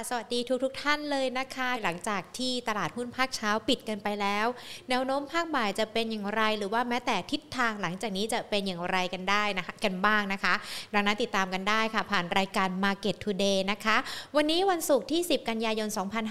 สวัสดีทุกท่านเลยนะคะหลังจากที่ตลาดหุ้นภาคเช้าปิดกันไปแล้วแนวโน้มภาคบ่ายจะเป็นอย่างไรหรือว่าแม้แต่ทิศทางหลังจากนี้จะเป็นอย่างไรกันได้นะคะกันบ้างนะคะดังนั้นติดตามกันได้ค่ะผ่านรายการ Market Today นะคะวันนี้วันศุกร์ที่10กันยายน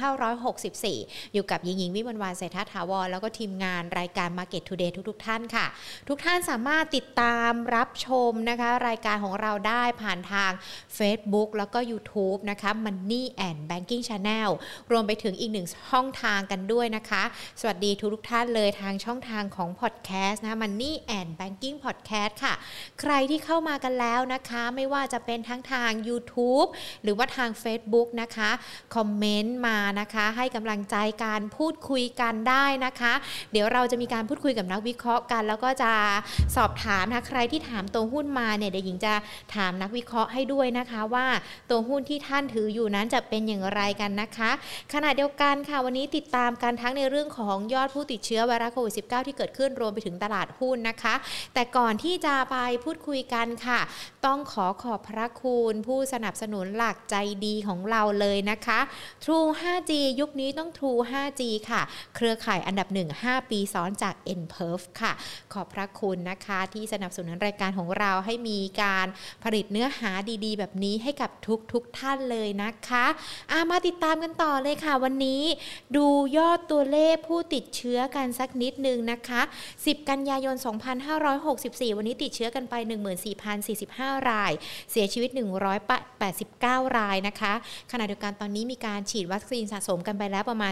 2564อยู่กับหญิงวิมลวรรณเศรษฐถาวรแล้วก็ทีมงานรายการ Market Today ทุกท่านค่ะทุกท่านสามารถติดตามรับชมนะคะรายการของเราได้ผ่านทาง Facebook แล้วก็ YouTube นะคะ Money and Banking Channel รวมไปถึงอีกหนึ่งช่องทางกันด้วยนะคะสวัสดีทุกท่านเลยทางช่องทางของ Podcast นะ Money and Banking Podcast ค่ะใครที่เข้ามากันแล้วนะคะไม่ว่าจะเป็นทั้งทาง YouTube หรือว่าทาง Facebook นะคะคอมเมนต์มานะคะให้กำลังใจการพูดคุยกันได้นะคะเดี๋ยวเราจะมีการพูดคุยกับนักวิเคราะห์กันแล้วก็จะสอบถามนะใครที่ถามตัวหุ้นมาเนี่ยเดี๋ยวหญิงจะถามนักวิเคราะห์ให้ด้วยนะคะว่าตัวหุ้นที่ท่านถืออยู่นั้นจะเป็นอย่างไรกันนะคะขณะเดียวกันค่ะวันนี้ติดตามกันทั้งในเรื่องของยอดผู้ติดเชื้อไวรัสโควิด -19 ที่เกิดขึ้นรวมไปถึงตลาดหุ้นนะคะแต่ก่อนที่จะไปพูดคุยกันค่ะต้องขอบพระคุณผู้สนับสนุนหลักใจดีของเราเลยนะคะ True 5G ยุคนี้ต้อง True 5G ค่ะเครือข่ายอันดับ1 5 ปีซ้อนจาก Nperf ค่ะขอบพระคุณนะคะที่สนับสนุนรายการของเราให้มีการผลิตเนื้อหาดีๆแบบนี้ให้กับทุกท่านเลยนะคะมาติดตามกันต่อเลยค่ะวันนี้ดูยอดตัวเลขผู้ติดเชื้อกันสักนิดนึงนะคะ10กันยายน2564วันนี้ติดเชื้อกันไป 14,045 รายเสียชีวิต189 รายนะคะขณะเดียวกันตอนนี้มีการฉีดวัคซีนสะสมกันไปแล้วประมาณ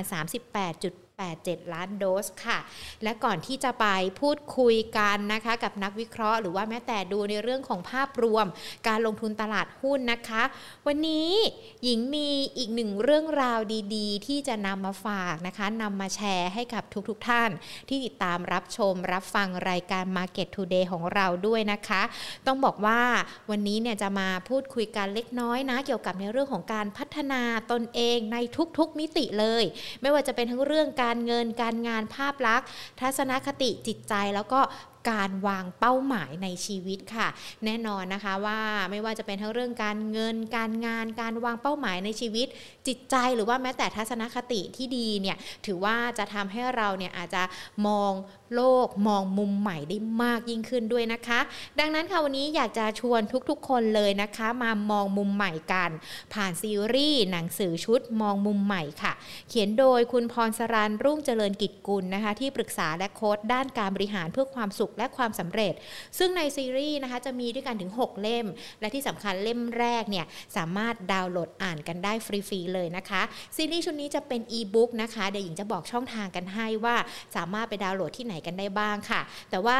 38.87 ล้านโดสค่ะและก่อนที่จะไปพูดคุยกันนะคะกับนักวิเคราะห์หรือว่าแม้แต่ดูในเรื่องของภาพรวมการลงทุนตลาดหุ้นนะคะวันนี้หญิงมีอีกหนึ่งเรื่องราวดีๆที่จะนำมาฝากนะคะนำมาแชร์ให้กับทุกท่านที่ติดตามรับชมรับฟังรายการ Market Today ของเราด้วยนะคะต้องบอกว่าวันนี้เนี่ยจะมาพูดคุยกันเล็กน้อยนะเกี่ยวกับในเรื่องของการพัฒนาตนเองในทุกมิติเลยไม่ว่าจะเป็นทั้งเรื่องการเงินการงานภาพลักษณ์ทัศนคติจิตใจแล้วก็การวางเป้าหมายในชีวิตค่ะแน่นอนนะคะว่าไม่ว่าจะเป็นทั้งเรื่องการเงินการงานการวางเป้าหมายในชีวิตจิตใจหรือว่าแม้แต่ทัศนคติที่ดีเนี่ยถือว่าจะทำให้เราเนี่ยอาจจะมองโลกมองมุมใหม่ได้มากยิ่งขึ้นด้วยนะคะดังนั้นค่ะวันนี้อยากจะชวนทุกคนเลยนะคะมามองมุมใหม่กันผ่านซีรีส์หนังสือชุดมองมุมใหม่ค่ะเขียนโดยคุณพรสรันรุ่งเจริญกิจกุลนะคะที่ปรึกษาและโค้ชด้านการบริหารเพื่อความสุขและความสำเร็จซึ่งในซีรีส์นะคะจะมีด้วยกันถึง6เล่มและที่สำคัญเล่มแรกเนี่ยสามารถดาวน์โหลดอ่านกันได้ฟรีๆเลยนะคะซีรีส์ชุดนี้จะเป็นอีบุ๊กนะคะเดี๋ยวหญิงจะบอกช่องทางกันให้ว่าสามารถไปดาวน์โหลดที่ไหนกันได้บ้างค่ะแต่ว่า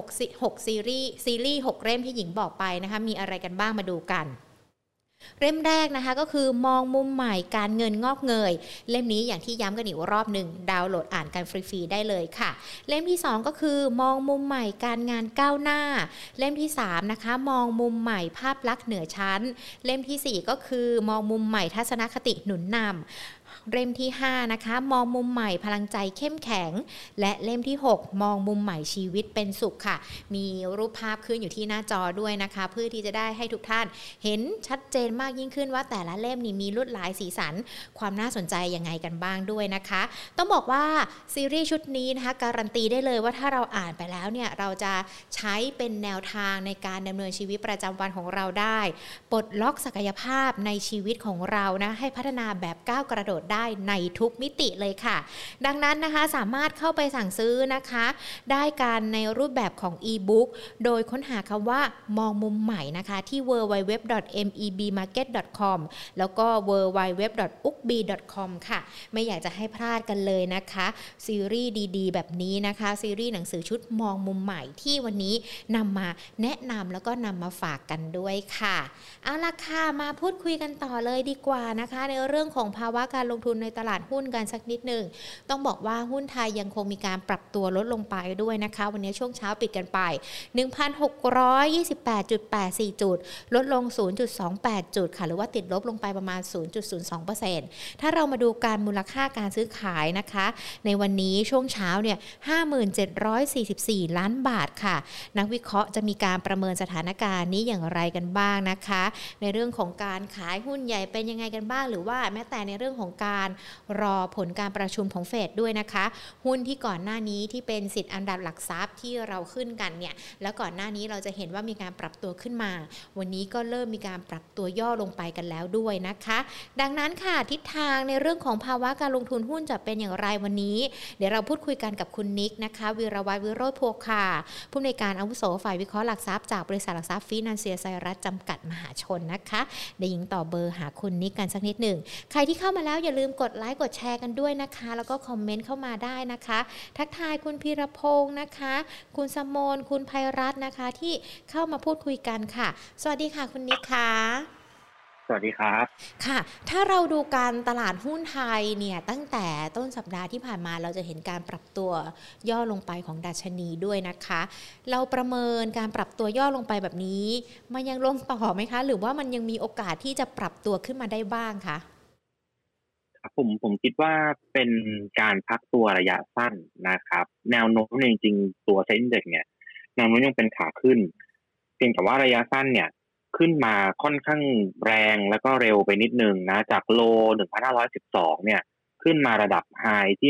6ซีรีส์6เล่มที่หญิงบอกไปนะคะมีอะไรกันบ้างมาดูกันเล่มแรกนะคะก็คือมองมุมใหม่การเงินงอกเงยเล่มนี้อย่างที่ย้ำกันอีกรอบหนึ่งดาวน์โหลดอ่านกันฟรีๆได้เลยค่ะเล่มที่2ก็คือมองมุมใหม่การงานก้าวหน้าเล่มที่3นะคะมองมุมใหม่ภาพลักษณ์เหนือชั้นเล่มที่4ก็คือมองมุมใหม่ทัศนคติหนุนนำเล่มที่5นะคะมองมุมใหม่พลังใจเข้มแข็งและเล่มที่6มองมุมใหม่ชีวิตเป็นสุขค่ะมีรูปภาพขึ้นอยู่ที่หน้าจอด้วยนะคะเพื่อที่จะได้ให้ทุกท่านเห็นชัดเจนมากยิ่งขึ้นว่าแต่ละเล่มนี่มีลวดลายสีสันความน่าสนใจยังไงกันบ้างด้วยนะคะต้องบอกว่าซีรีส์ชุดนี้นะคะการันตีได้เลยว่าถ้าเราอ่านไปแล้วเนี่ยเราจะใช้เป็นแนวทางในการดำเนินชีวิตประจำวันของเราได้ปลดล็อกศักยภาพในชีวิตของเรานะให้พัฒนาแบบก้าวกระโดดได้ในทุกมิติเลยค่ะดังนั้นนะคะสามารถเข้าไปสั่งซื้อนะคะได้การในรูปแบบของอีบุ๊กโดยค้นหาคำว่ามองมุมใหม่นะคะที่ www.mebmarket.com แล้วก็ www.ukbi.com ค่ะไม่อยากจะให้พลาดกันเลยนะคะซีรีส์ดีๆแบบนี้นะคะซีรีส์หนังสือชุดมองมุมใหม่ที่วันนี้นำมาแนะนำแล้วก็นำมาฝากกันด้วยค่ะเอาล่ะค่ะมาพูดคุยกันต่อเลยดีกว่านะคะในเรื่องของภาวะการลลงทุนในตลาดหุ้นกันสักนิดหนึ่งต้องบอกว่าหุ้นไทยยังคงมีการปรับตัวลดลงไปด้วยนะคะวันนี้ช่วงเช้าปิดกันไป 1,628.84 จุดลดลง 0.28 จุดค่ะหรือว่าติดลบลงไปประมาณ 0.02% ถ้าเรามาดูการมูลค่าการซื้อขายนะคะในวันนี้ช่วงเช้าเนี่ย 57,44 ล้านบาทค่ะนักวิเคราะห์จะมีการประเมินสถานการณ์นี้อย่างไรกันบ้างนะคะในเรื่องของการขายหุ้นใหญ่เป็นยังไงกันบ้างหรือว่าแม้แต่ในเรื่องของการรอผลการประชุมของเฟดด้วยนะคะหุ้นที่ก่อนหน้านี้ที่เป็นสิทธิ์อันดับหลักทรัพย์ที่เราขึ้นกันเนี่ยแล้วก่อนหน้านี้เราจะเห็นว่ามีการปรับตัวขึ้นมาวันนี้ก็เริ่มมีการปรับตัวย่อลงไปกันแล้วด้วยนะคะดังนั้นค่ะทิศทางในเรื่องของภาวะการลงทุนหุ้นจะเป็นอย่างไรวันนี้เดี๋ยวเราพูดคุยกันกับคุณนิกนะคะวีรวัฒน์วิโรจน์โภคาผู้อำนวยการอาวุโสฝ่ายวิเคราะห์หลักทรัพย์จากบริษัทหลักทรัพย์ฟินันเซียไซรัสจำกัดมหาชนนะคะเดี๋ยวยิงต่อเบอร์หาคุณนิกกันสักนิดหนึ่งใครที่เข้ามาแล้วอย่าลืมกดไลค์กดแชร์กันด้วยนะคะแล้วก็คอมเมนต์เข้ามาได้นะคะทักทายคุณพีรพงศ์นะคะคุณสมนคุณภัยรัตน์นะคะที่เข้ามาพูดคุยกันค่ะสวัสดีค่ะคุณนิกค่ะสวัสดีครับค่ะถ้าเราดูการตลาดหุ้นไทยเนี่ยตั้งแต่ต้นสัปดาห์ที่ผ่านมาเราจะเห็นการปรับตัวย่อลงไปของดัชนีด้วยนะคะเราประเมินการปรับตัวย่อลงไปแบบนี้มันยังลงต่อไหมคะหรือว่ามันยังมีโอกาสที่จะปรับตัวขึ้นมาได้บ้างคะผมคิดว่าเป็นการพักตัวระยะสั้นนะครับแนวโน้มจริงๆตัวเซ็นเด็กเนี่ยแนวโน้มยังเป็นขาขึ้นเพียงแต่ว่าระยะสั้นเนี่ยขึ้นมาค่อนข้างแรงแล้วก็เร็วไปนิดนึงนะจากโล 1,512 เนี่ยขึ้นมาระดับไฮที่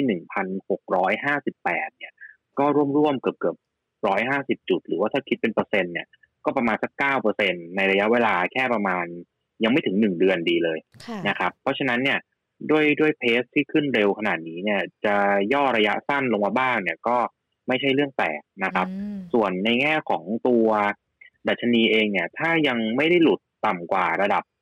1,658 เนี่ยก็ร่วมๆเกือบ150 จุดหรือว่าถ้าคิดเป็นเปอร์เซ็นต์เนี่ยก็ประมาณสัก 9% ในระยะเวลาแค่ประมาณยังไม่ถึง1เดือนดีเลยนะครับเพราะฉะนั้นเนี่ยด้วยเพสที่ขึ้นเร็วขนาดนี้เนี่ยจะย่อระยะสั้นลงมาบ้างเนี่ยก็ไม่ใช่เรื่องแปลกนะครับส่วนในแง่ของตัวดัชนีเองเนี่ยถ้ายังไม่ได้หลุดต่ำกว่าระดับ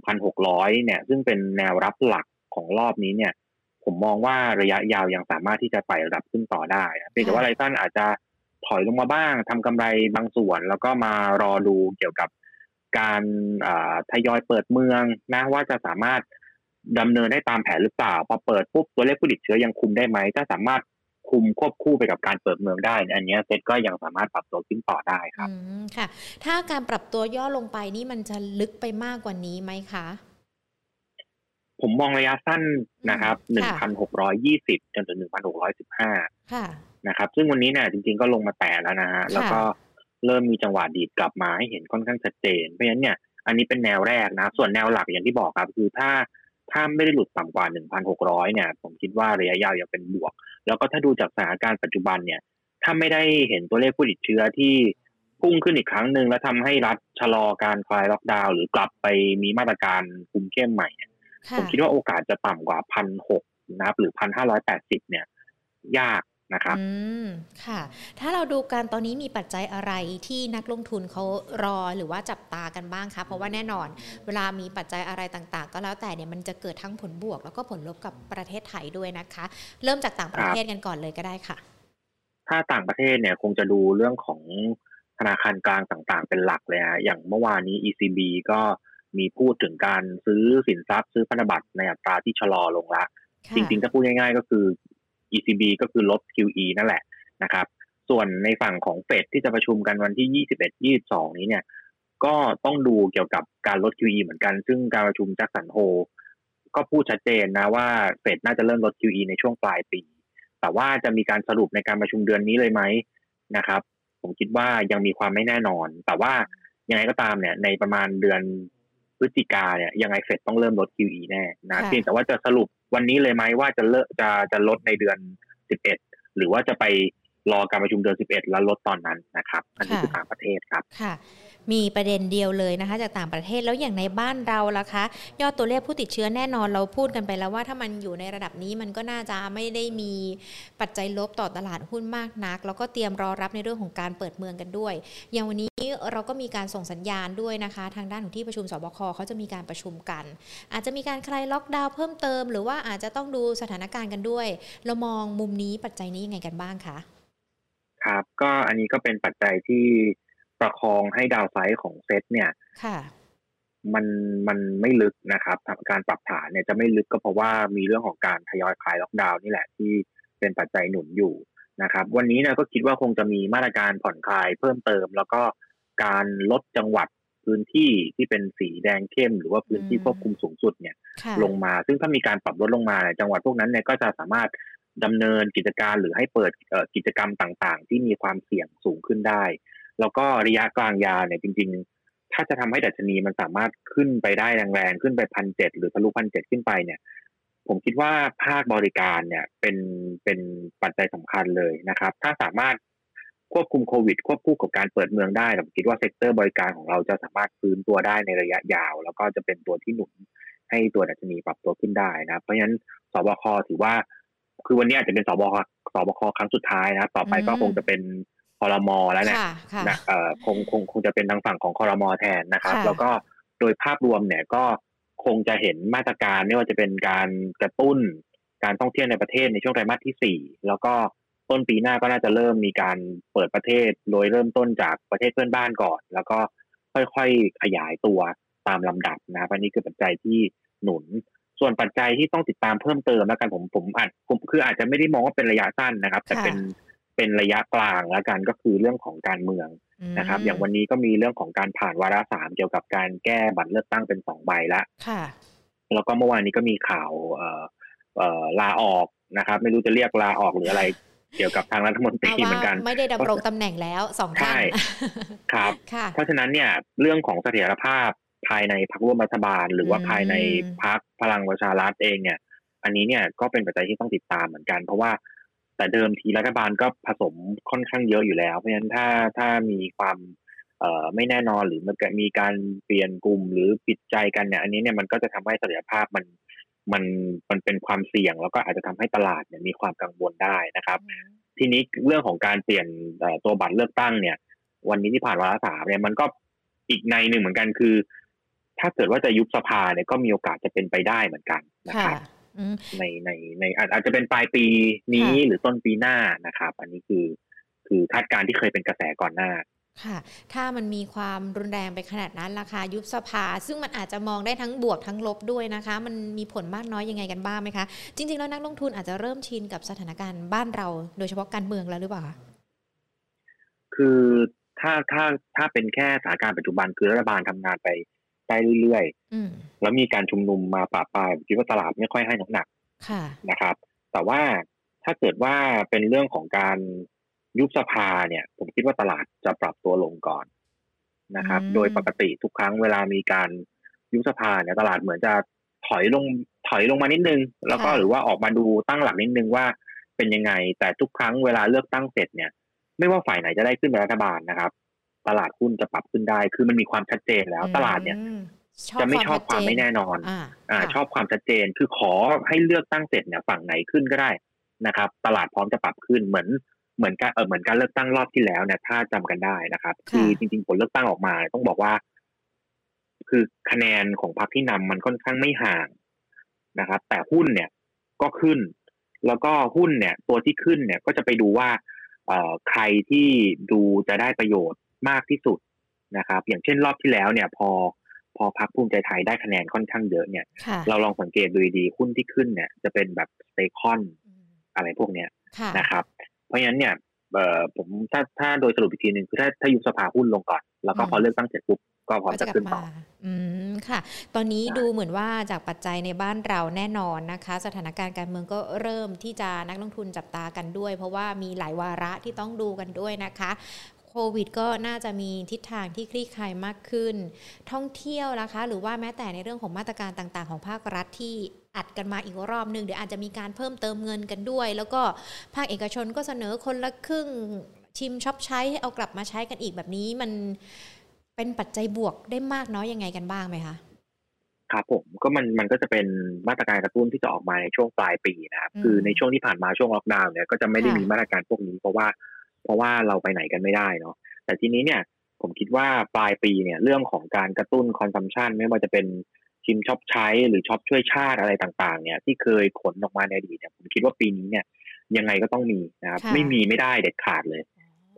1,600 เนี่ยซึ่งเป็นแนวรับหลักของรอบนี้เนี่ยผมมองว่าระยะยาวยังสามารถที่จะไต่ระดับขึ้นต่อได้เพียงแต่ว่าระยะสั้นอาจจะถอยลงมาบ้างทำกำไรบางส่วนแล้วก็มารอดูเกี่ยวกับการทยอยเปิดเมืองนะว่าจะสามารถดำเนินได้ตามแผนหรือเปล่าพอเปิดปุ๊บตัวเลขผู้ติดเชื้อยังคุมได้ไหมถ้าสามารถคุมควบคู่ไปกับการเปิดเมืองได้อันนี้เซ็ตก็ยังสามารถปรับตัวขึ้นต่อได้ครับค่ะถ้าการปรับตัวย่อลงไปนี่มันจะลึกไปมากกว่านี้ไหมคะผมมองระยะสั้นนะครับ 1,620 จนถึง 1,615 ค่ะนะครับซึ่งวันนี้เนี่ยจริงๆก็ลงมาแตะแล้วนะฮะแล้วก็เริ่มมีจังหวะดีดกลับมาให้เห็นค่อนข้างชัดเจนเพราะฉะนั้นเนี่ยอันนี้เป็นแนวแรกนะส่วนแนวหลักอย่างที่บอกครับคือถ้าไม่ได้หลุดต่ำกว่า 1,600 เนี่ยผมคิดว่าระยะยาวยังเป็นบวกแล้วก็ถ้าดูจากสถานการณ์ปัจจุบันเนี่ยถ้าไม่ได้เห็นตัวเลขผู้ติดเชื้อที่พุ่งขึ้นอีกครั้งหนึ่งแล้วทำให้รัฐชะลอการคลายล็อกดาวน์หรือกลับไปมีมาตรการคุมเข้มใหม่เนี่ยผมคิดว่าโอกาสจะต่ำกว่า 1,600 นะครับหรือ 1,580 เนี่ยยากนะครับค่ะถ้าเราดูกันตอนนี้มีปัจจัยอะไรที่นักลงทุนเขารอหรือว่าจับตากันบ้างคะเพราะว่าแน่นอนเวลามีปัจจัยอะไรต่างๆก็แล้วแต่เนี่ยมันจะเกิดทั้งผลบวกแล้วก็ผลลบกับประเทศไทยด้วยนะคะเริ่มจากต่างประเทศกันก่อนเลยก็ได้ค่ะถ้าต่างประเทศเนี่ยคงจะดูเรื่องของธนาคารกลางต่างๆเป็นหลักเลยฮะอย่างเมื่อวานนี้ ECB ก็มีพูดถึงการซื้อสินทรัพย์ซื้อพันธบัตรในอัตราที่ชะลอลงละจริงๆถ้าพูดง่ายๆก็คือ ECB ก็คือลด QE นั่นแหละนะครับส่วนในฝั่งของเฟดที่จะประชุมกันวันที่ 21-22 นี้เนี่ยก็ต้องดูเกี่ยวกับการลด QE เหมือนกันซึ่งการประชุมแจ็คสันโฮก็พูดชัดเจนนะว่าเฟดน่าจะเริ่มลด QE ในช่วงปลายปีแต่ว่าจะมีการสรุปในการประชุมเดือนนี้เลยไหมนะครับผมคิดว่ายังมีความไม่แน่นอนแต่ว่ายังไงก็ตามเนี่ยในประมาณเดือนพฤศจิกาเนี่ยยังไงเฟดต้องเริ่มลด QE แน่นะเพียงแต่ว่าจะสรุปวันนี้เลยไหมว่าจะลดในเดือน11หรือว่าจะไปรอการประชุมเดือน11แล้วลดตอนนั้นนะครับอันนี้คือต่างประเทศครับค่ะมีประเด็นเดียวเลยนะคะจากต่างประเทศแล้วอย่างในบ้านเราล่ะคะยอดตัวเลขผู้ติดเชื้อแน่นอนเราพูดกันไปแล้วว่าถ้ามันอยู่ในระดับนี้มันก็น่าจะไม่ได้มีปัจจัยลบต่อตลาดหุ้นมากนักแล้วก็เตรียมรอรับในเรื่องของการเปิดเมืองกันด้วยอย่างวันนี้เราก็มีการส่งสัญญาณด้วยนะคะทางด้านของที่ประชุมสบคเขาจะมีการประชุมกันอาจจะมีการคลายล็อกดาวน์เพิ่มเติมหรือว่าอาจจะต้องดูสถานการณ์กันด้วยเรามองมุมนี้ปัจจัยนี้ยังไงกันบ้างคะครับก็อันนี้ก็เป็นปัจจัยที่ประคองให้ดาวไซด์ของเซตเนี่ยมันมันไม่ลึกนะครับการปรับฐานเนี่ยจะไม่ลึกก็เพราะว่ามีเรื่องของการทยอยคลายล็อกดาวน์นี่แหละที่เป็นปัจจัยหนุนอยู่นะครับวันนี้เนี่ยก็คิดว่าคงจะมีมาตรการผ่อนคลายเพิ่มเติมแล้วก็การลดจังหวัดพื้นที่ที่เป็นสีแดงเข้มหรือว่าพื้นที่ควบคุมสูงสุดเนี่ยลงมาซึ่งถ้ามีการปรับลดลงมาจังหวัดพวกนั้นเนี่ยก็จะสามารถดำเนินกิจการหรือให้เปิดกิจกรรมต่างๆที่มีความเสี่ยงสูงขึ้นได้แล้วก็ระยะกลางยาวเนี่ยจริงๆถ้าจะทำให้ดัชนีมันสามารถขึ้นไปได้แรงๆขึ้นไป1,700หรือทะลุ1,700ขึ้นไปเนี่ยผมคิดว่าภาคบริการเนี่ยเป็นปัจจัยสำคัญเลยนะครับถ้าสามารถควบคุมโควิดควบคู่กับการเปิดเมืองได้ผมคิดว่าเซกเตอร์บริการของเราจะสามารถฟื้นตัวได้ในระยะยาวแล้วก็จะเป็นตัวที่หนุนให้ตัวดัชนีปรับตัวขึ้นได้นะเพราะฉะนั้นสบคถือว่าคือวันนี้อาจจะเป็นสบคครั้งสุดท้ายนะต่อไปก็คงจะเป็นครม.แล้วเนี่ยนะคงจะเป็นทางฝั่งของครม.แทนนะครับแล้วก็โดยภาพรวมเนี่ยก็คงจะเห็นมาตรการไม่ว่าจะเป็นการกระตุ้นการท่องเที่ยวในประเทศในช่วงไตรมาสที่4แล้วก็ต้นปีหน้าก็น่าจะเริ่มมีการเปิดประเทศโดยเริ่มต้นจากประเทศเพื่อนบ้านก่อนแล้วก็ค่อยๆขยายตัวตามลำดับนะอันนี้คือปัจจัยที่หนุนส่วนปัจจัยที่ต้องติดตามเพิ่มเติมแล้วกันผมคืออาจจะไม่ได้มองว่าเป็นระยะสั้นนะครับแต่เป็นระยะกลางแล้วกันก็คือเรื่องของการเมืองนะครับอย่างวันนี้ก็มีเรื่องของการผ่านวาระ3เกี่ยวกับการแก้บัตรเลือกตั้งเป็น2ใบแล้วแล้วก็เมื่อวานนี้ก็มีข่าวลาออกนะครับไม่รู้จะเรียกลาออกหรืออะไรเกี่ยวกับทางรัฐมนตรีเหมือนกันไม่ได้ดำรงตำแหน่งแล้ว2ท่านครับเพราะฉะนั้นเนี่ยเรื่องของเสถียรภาพภายในพรรคร่วมรัฐบาลหรือว่าภายในพรรคพลังประชารัฐเองเนี่ยอันนี้เนี่ยก็เป็นปัจจัยที่ต้องติดตามเหมือนกันเพราะว่าแต่เดิมทีรัฐบาลก็ผสมค่อนข้างเยอะอยู่แล้วเพราะฉะนั้นถ้ามีความไม่แน่นอนหรือมันมีการเปลี่ยนกลุ่มหรือปิดใจกันเนี่ยอันนี้เนี่ยมันก็จะทำให้เสถียรภาพมันเป็นความเสี่ยงแล้วก็อาจจะทำให้ตลาดเนี่ยมีความกังวลได้นะครับทีนี้เรื่องของการเปลี่ยนตัวบัตรเลือกตั้งเนี่ยวันนี้ที่ผ่านวาระ3เนี่ยมันก็อีกในหนึ่งเหมือนกันคือถ้าเกิดว่าจะยุบสภาเนี่ยก็มีโอกาสจะเป็นไปได้เหมือนกันนะครับในอาจจะเป็นปลายปีนี้หรือต้นปีหน้านะครับอันนี้คือคาดการณ์ที่เคยเป็นกระแสก่อนหน้าค่ะถ้ามันมีความรุนแรงไปขนาดนั้นราคายุบสภาซึ่งมันอาจจะมองได้ทั้งบวกทั้งลบด้วยนะคะมันมีผลมากน้อยยังไงกันบ้างไหมคะจริงๆแล้วนักลงทุนอาจจะเริ่มชินกับสถานการณ์บ้านเราโดยเฉพาะการเมืองแล้วหรือเปล่าคือถ้าเป็นแค่สถานการณ์ปัจจุบันคือรัฐบาลทำงานไปได้เรื่อยๆแล้วมีการชุมนุมมาปราบปรามคิดว่าตลาดไม่ค่อยให้น้ำหนักนะครับแต่ว่าถ้าเกิดว่าเป็นเรื่องของการยุบสภาเนี่ยผมคิดว่าตลาดจะปรับตัวลงก่อนนะครับโดยปกติทุกครั้งเวลามีการยุบสภาเนี่ยตลาดเหมือนจะถอยลงมานิดนึงแล้วก็หรือว่าออกมาดูตั้งหลักนิดนึงว่าเป็นยังไงแต่ทุกครั้งเวลาเลือกตั้งเสร็จเนี่ยไม่ว่าฝ่ายไหนจะได้ขึ้นเป็นรัฐบาลนะครับตลาดหุ้นจะปรับขึ้นได้คือมันมีความชัดเจนแล้วตลาดเนี่ยจะไม่ชอบความไม่แน่นอนชอบความชัดเจนคือขอให้เลือกตั้งเสร็จเนี่ยฝั่งไหนขึ้นก็ได้นะครับตลาดพร้อมจะปรับขึ้นเหมือนการเลือกตั้งรอบที่แล้วเนี่ยถ้าจำกันได้นะครับคือจริงๆผลเลือกตั้งออกมาต้องบอกว่าคือคะแนนของพรรคที่นำมันค่อนข้างไม่ห่างนะครับแต่หุ้นเนี่ยก็ขึ้นแล้วก็หุ้นเนี่ยตัวที่ขึ้นเนี่ยก็จะไปดูว่าใครที่ดูจะได้ประโยชน์มากที่สุดนะครับอย่างเช่นรอบที่แล้วเนี่ยพอพรรคภูมิใจไทยได้คะแนนค่อนข้างเยอะเนี่ยเราลองสังเกตดูดีหุ้นที่ขึ้นเนี่ยจะเป็นแบบสเตคอนอะไรพวกเนี้ยนะครับเพราะฉะนั้นเนี่ยผมถ้าโดยสรุปอีกทีนึงคือถ้ายุบสภาหุ้นลงก่อนแล้วก็พอเลือกตั้งเสร็จปุ๊บก็พร้อมจะขึ้นต่อค่ะตอนนี้ดูเหมือนว่าจากปัจจัยในบ้านเราแน่นอนนะคะสถานการณ์การเมืองก็เริ่มที่จะนักลงทุนจับตากันด้วยเพราะว่ามีหลายวาระที่ต้องดูกันด้วยนะคะโควิดก็น่าจะมีทิศทางที่คลี่คลายมากขึ้นท่องเที่ยวนะคะหรือว่าแม้แต่ในเรื่องของมาตรการต่างๆของภาครัฐที่อัดกันมาอีกรอบนึงเดี๋ยวอาจจะมีการเพิ่มเติมเงินกันด้วยแล้วก็ภาคเอกชนก็เสนอคนละครึ่งชิมช็อปใช้ให้เอากลับมาใช้กันอีกแบบนี้มันเป็นปัจจัยบวกได้มากน้อยยังไงกันบ้างไหมคะครับผมก็มันก็จะเป็นมาตรการกระตุ้นที่จะออกมาในช่วงปลายปีนะครับคือในช่วงที่ผ่านมาช่วงล็อกดาวน์เนี่ยก็จะไม่ได้มีมาตรการพวกนี้เพราะว่าเราไปไหนกันไม่ได้เนาะแต่ทีนี้เนี่ยผมคิดว่าปลายปีเนี่ยเรื่องของการกระตุ้นคอนซัมชันไม่ว่าจะเป็นชิมช็อปใช้หรือช็อปช่วยชาติอะไรต่างๆเนี่ยที่เคยขนออกมาในอดีตเนี่ยผมคิดว่าปีนี้เนี่ยยังไงก็ต้องมีนะครับไม่ได้เด็ดขาดเลยเพ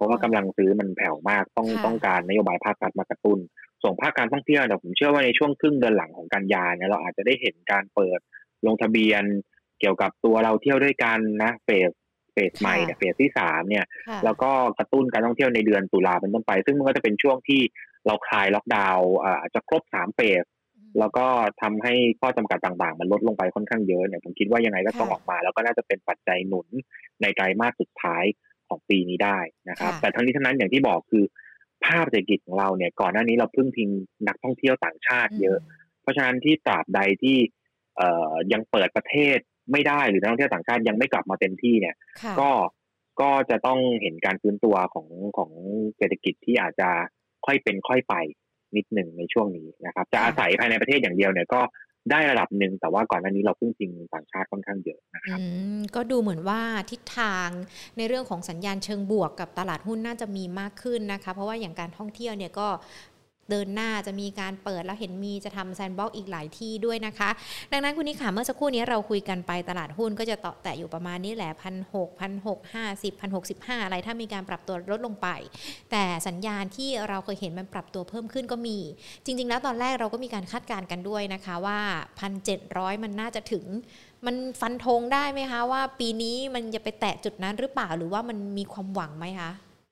ราะว่ากำลังซื้อมันแผ่วมากต้องการนโยบายภาครัฐมากระตุ้นส่งภาคการท่องเที่ยวแต่ผมเชื่อว่าในช่วงครึ่งเดือนหลังของกันยาเนี่ยเราอาจจะได้เห็นการเปิดลงทะเบียนเกี่ยวกับตัวเราเที่ยวด้วยกันนะเฟสใหม่เนี่ยเฟสที่3เนี่ยแล้วก็กระตุ้นการท่องเที่ยวในเดือนตุลาเป็นต้นไปซึ่งมันก็จะเป็นช่วงที่เราคลายล็อกดาวน์อาจจะครบ3เฟสแล้วก็ทำให้ข้อจำกัดต่างๆมันลดลงไปค่อนข้างเยอะเนี่ยผมคิดว่ายังไงก็ต้องออกมาแล้วก็น่าจะเป็นปัจจัยหนุนในไตรมาสสุดท้ายของปีนี้ได้นะครับแต่ทั้งนี้ทั้งนั้นอย่างที่บอกคือภาพเศรษฐกิจของเราเนี่ยก่อนหน้านี้เราพึ่งพิงนักท่องเที่ยวต่างชาติเยอะเพราะฉะนั้นที่ตราบใดที่ยังเปิดประเทศไม่ได้หรือนักท่องเที่ยวต่างชาติยังไม่กลับมาเต็มที่เนี่ยก็จะต้องเห็นการฟื้นตัวของเศรษฐกิจที่อาจจะค่อยเป็นค่อยไปนิดหนึ่งในช่วงนี้นะครับจะอาศัยภายในประเทศอย่างเดียวเนี่ยก็ได้ระดับหนึ่งแต่ว่าก่อนหน้านี้เราพึ่งพิงต่างชาติค่อนข้างเยอะนะครับก็ดูเหมือนว่าทิศทางในเรื่องของสัญญาณเชิงบวกกับตลาดหุ้นน่าจะมีมากขึ้นนะคะเพราะว่าอย่างการท่องเที่ยวเนี่ยก็เดินหน้าจะมีการเปิดแล้วเห็นมีจะทำแซนด์บ็อกซ์อีกหลายที่ด้วยนะคะดังนั้นคุณนิขาเมื่อสักครู่นี้เราคุยกันไปตลาดหุ้นก็จะเตาะแตะอยู่ประมาณนี้แหละ1,650 1,615อะไรถ้ามีการปรับตัวลดลงไปแต่สัญญาณที่เราเคยเห็นมันปรับตัวเพิ่มขึ้นก็มีจริงๆแล้วตอนแรกเราก็มีการคาดการณ์กันด้วยนะคะว่า 1,700 มันน่าจะถึงมันฟันธงได้ไหมคะว่าปีนี้มันจะไปแตะจุดนั้นหรือเปล่าหรือว่ามันมีความหวังไหมคะ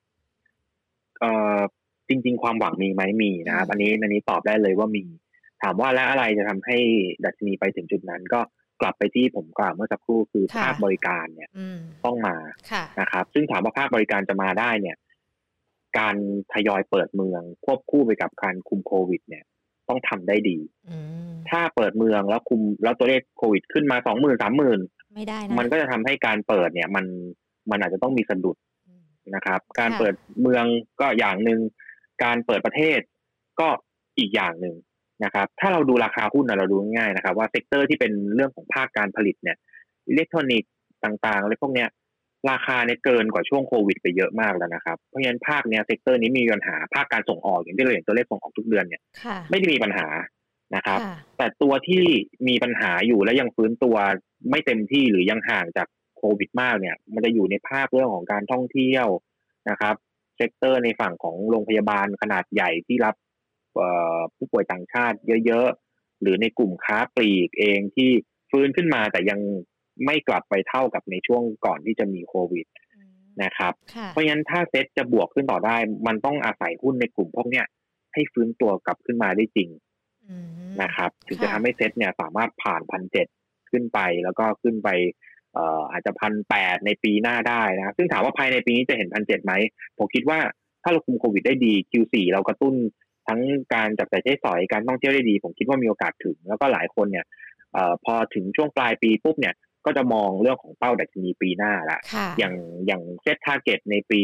จริงๆความหวังมีไหมมีนะครับอันนี้ตอบได้เลยว่ามีถามว่าแล้วอะไรจะทำให้ดัชนีไปถึงจุดนั้นก็กลับไปที่ผมกล่าวเมื่อสักครู่คือภาคบริการเนี่ยต้องมานะครับซึ่งถามว่าภาคบริการจะมาได้เนี่ยการทยอยเปิดเมืองควบคู่ไปกับการคุมโควิดเนี่ยต้องทำได้ดีถ้าเปิดเมืองแล้วคุมแล้วตัวเลขโควิดขึ้นมา 20,000 30,000 ไม่ได้นะมันก็จะทำให้การเปิดเนี่ยมันอาจจะต้องมีสะดุดนะครับการเปิดเมืองก็อย่างนึงการเปิดประเทศก็อีกอย่างหนึ่งนะครับถ้าเราดูราคาหุ้นเราดูง่ายๆนะครับว่าเซกเตอร์ที่เป็นเรื่องของภาคการผลิตเนี่ยอิเล็กทรอนิกส์ต่างๆอะไรพวกเนี้ยราคาเนี่ยเกินกว่าช่วงโควิดไปเยอะมากแล้วนะครับเพราะฉะนั้นภาคเนี้ยเซกเตอร์นี้มีปัญหาภาคการส่งออกอย่างที่เราเห็นตัวเลขส่งออกทุกเดือนเนี่ยไม่ได้มีปัญหานะครับแต่ตัวที่มีปัญหาอยู่และยังฟื้นตัวไม่เต็มที่หรือยังห่างจากโควิดมากเนี่ยมันจะอยู่ในภาคเรื่องของการท่องเที่ยวนะครับเซกเตอร์ในฝั่งของโรงพยาบาลขนาดใหญ่ที่รับผู้ป่วยต่างชาติเยอะๆหรือในกลุ่มค้าปลีกเองที่ฟื้นขึ้นมาแต่ยังไม่กลับไปเท่ากับในช่วงก่อนที่จะมีโควิดนะครับเพราะฉะนั้นถ้าเซ็ตจะบวกขึ้นต่อได้มันต้องอาศัยหุ้นในกลุ่มพวกเนี้ยให้ฟื้นตัวกลับขึ้นมาได้จริงนะครับถึงจะทำให้เซ็ตเนี่ยสามารถผ่าน 1,700 ขึ้นไปแล้วก็ขึ้นไปอาจจะ 1,800 ในปีหน้าได้นะซึ่งถามว่าภายในปีนี้จะเห็น 1,700 ไหมผมคิดว่าถ้าเราคุมโควิดได้ดี Q4 เรากระตุ้นทั้งการจับจ่ายใช้สอยการท่องเที่ยวได้ดีผมคิดว่ามีโอกาสถึงแล้วก็หลายคนเนี่ยพอถึงช่วงปลายปีปุ๊บเนี่ยก็จะมองเรื่องของเป้าดัชนีปีหน้าละอย่างเซตทาร์เก็ตในปี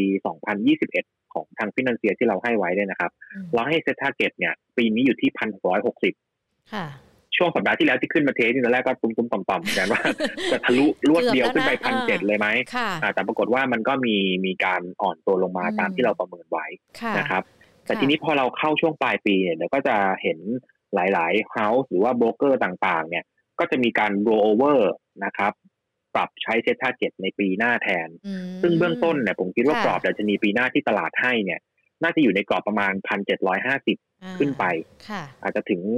2021 ของทางฟินแลนเซียที่เราให้ไว้ด้วยนะครับเราให้เซตทาร์เก็ตเนี่ยปีนี้อยู่ที่ 1,660 ค่ะช่วงสัปดาห์ที่แล้วที่ขึ้นมาเทสนี่ตอนแรกก็ตุ้มๆต่อมๆเหมือนกันว่าจะทะลุรวดเดียวขึ้นไป 1,700 เลยไหมแต่ปรากฏว่ามันก็มีการอ่อนตัวลงมาตามที่เราประเมินไว้นะครับแต่ทีนี้พอเราเข้าช่วงปลายปีเนี่ยเดี๋ยวก็จะเห็นหลายๆเฮ้าส์หรือว่าโบรกเกอร์ต่างๆเนี่ยก็จะมีการ roll over นะครับปรับใช้เซ็ตทาร์เก็ตในปีหน้าแทนซึ่งเบื้องต้นเนี่ยผมคิดว่ากรอบดัชนีปีหน้าที่ตลาดให้เนี่ยน่าจะอยู่ในกรอบประมาณ 1,750 ขึ้นไปอาจจะถึง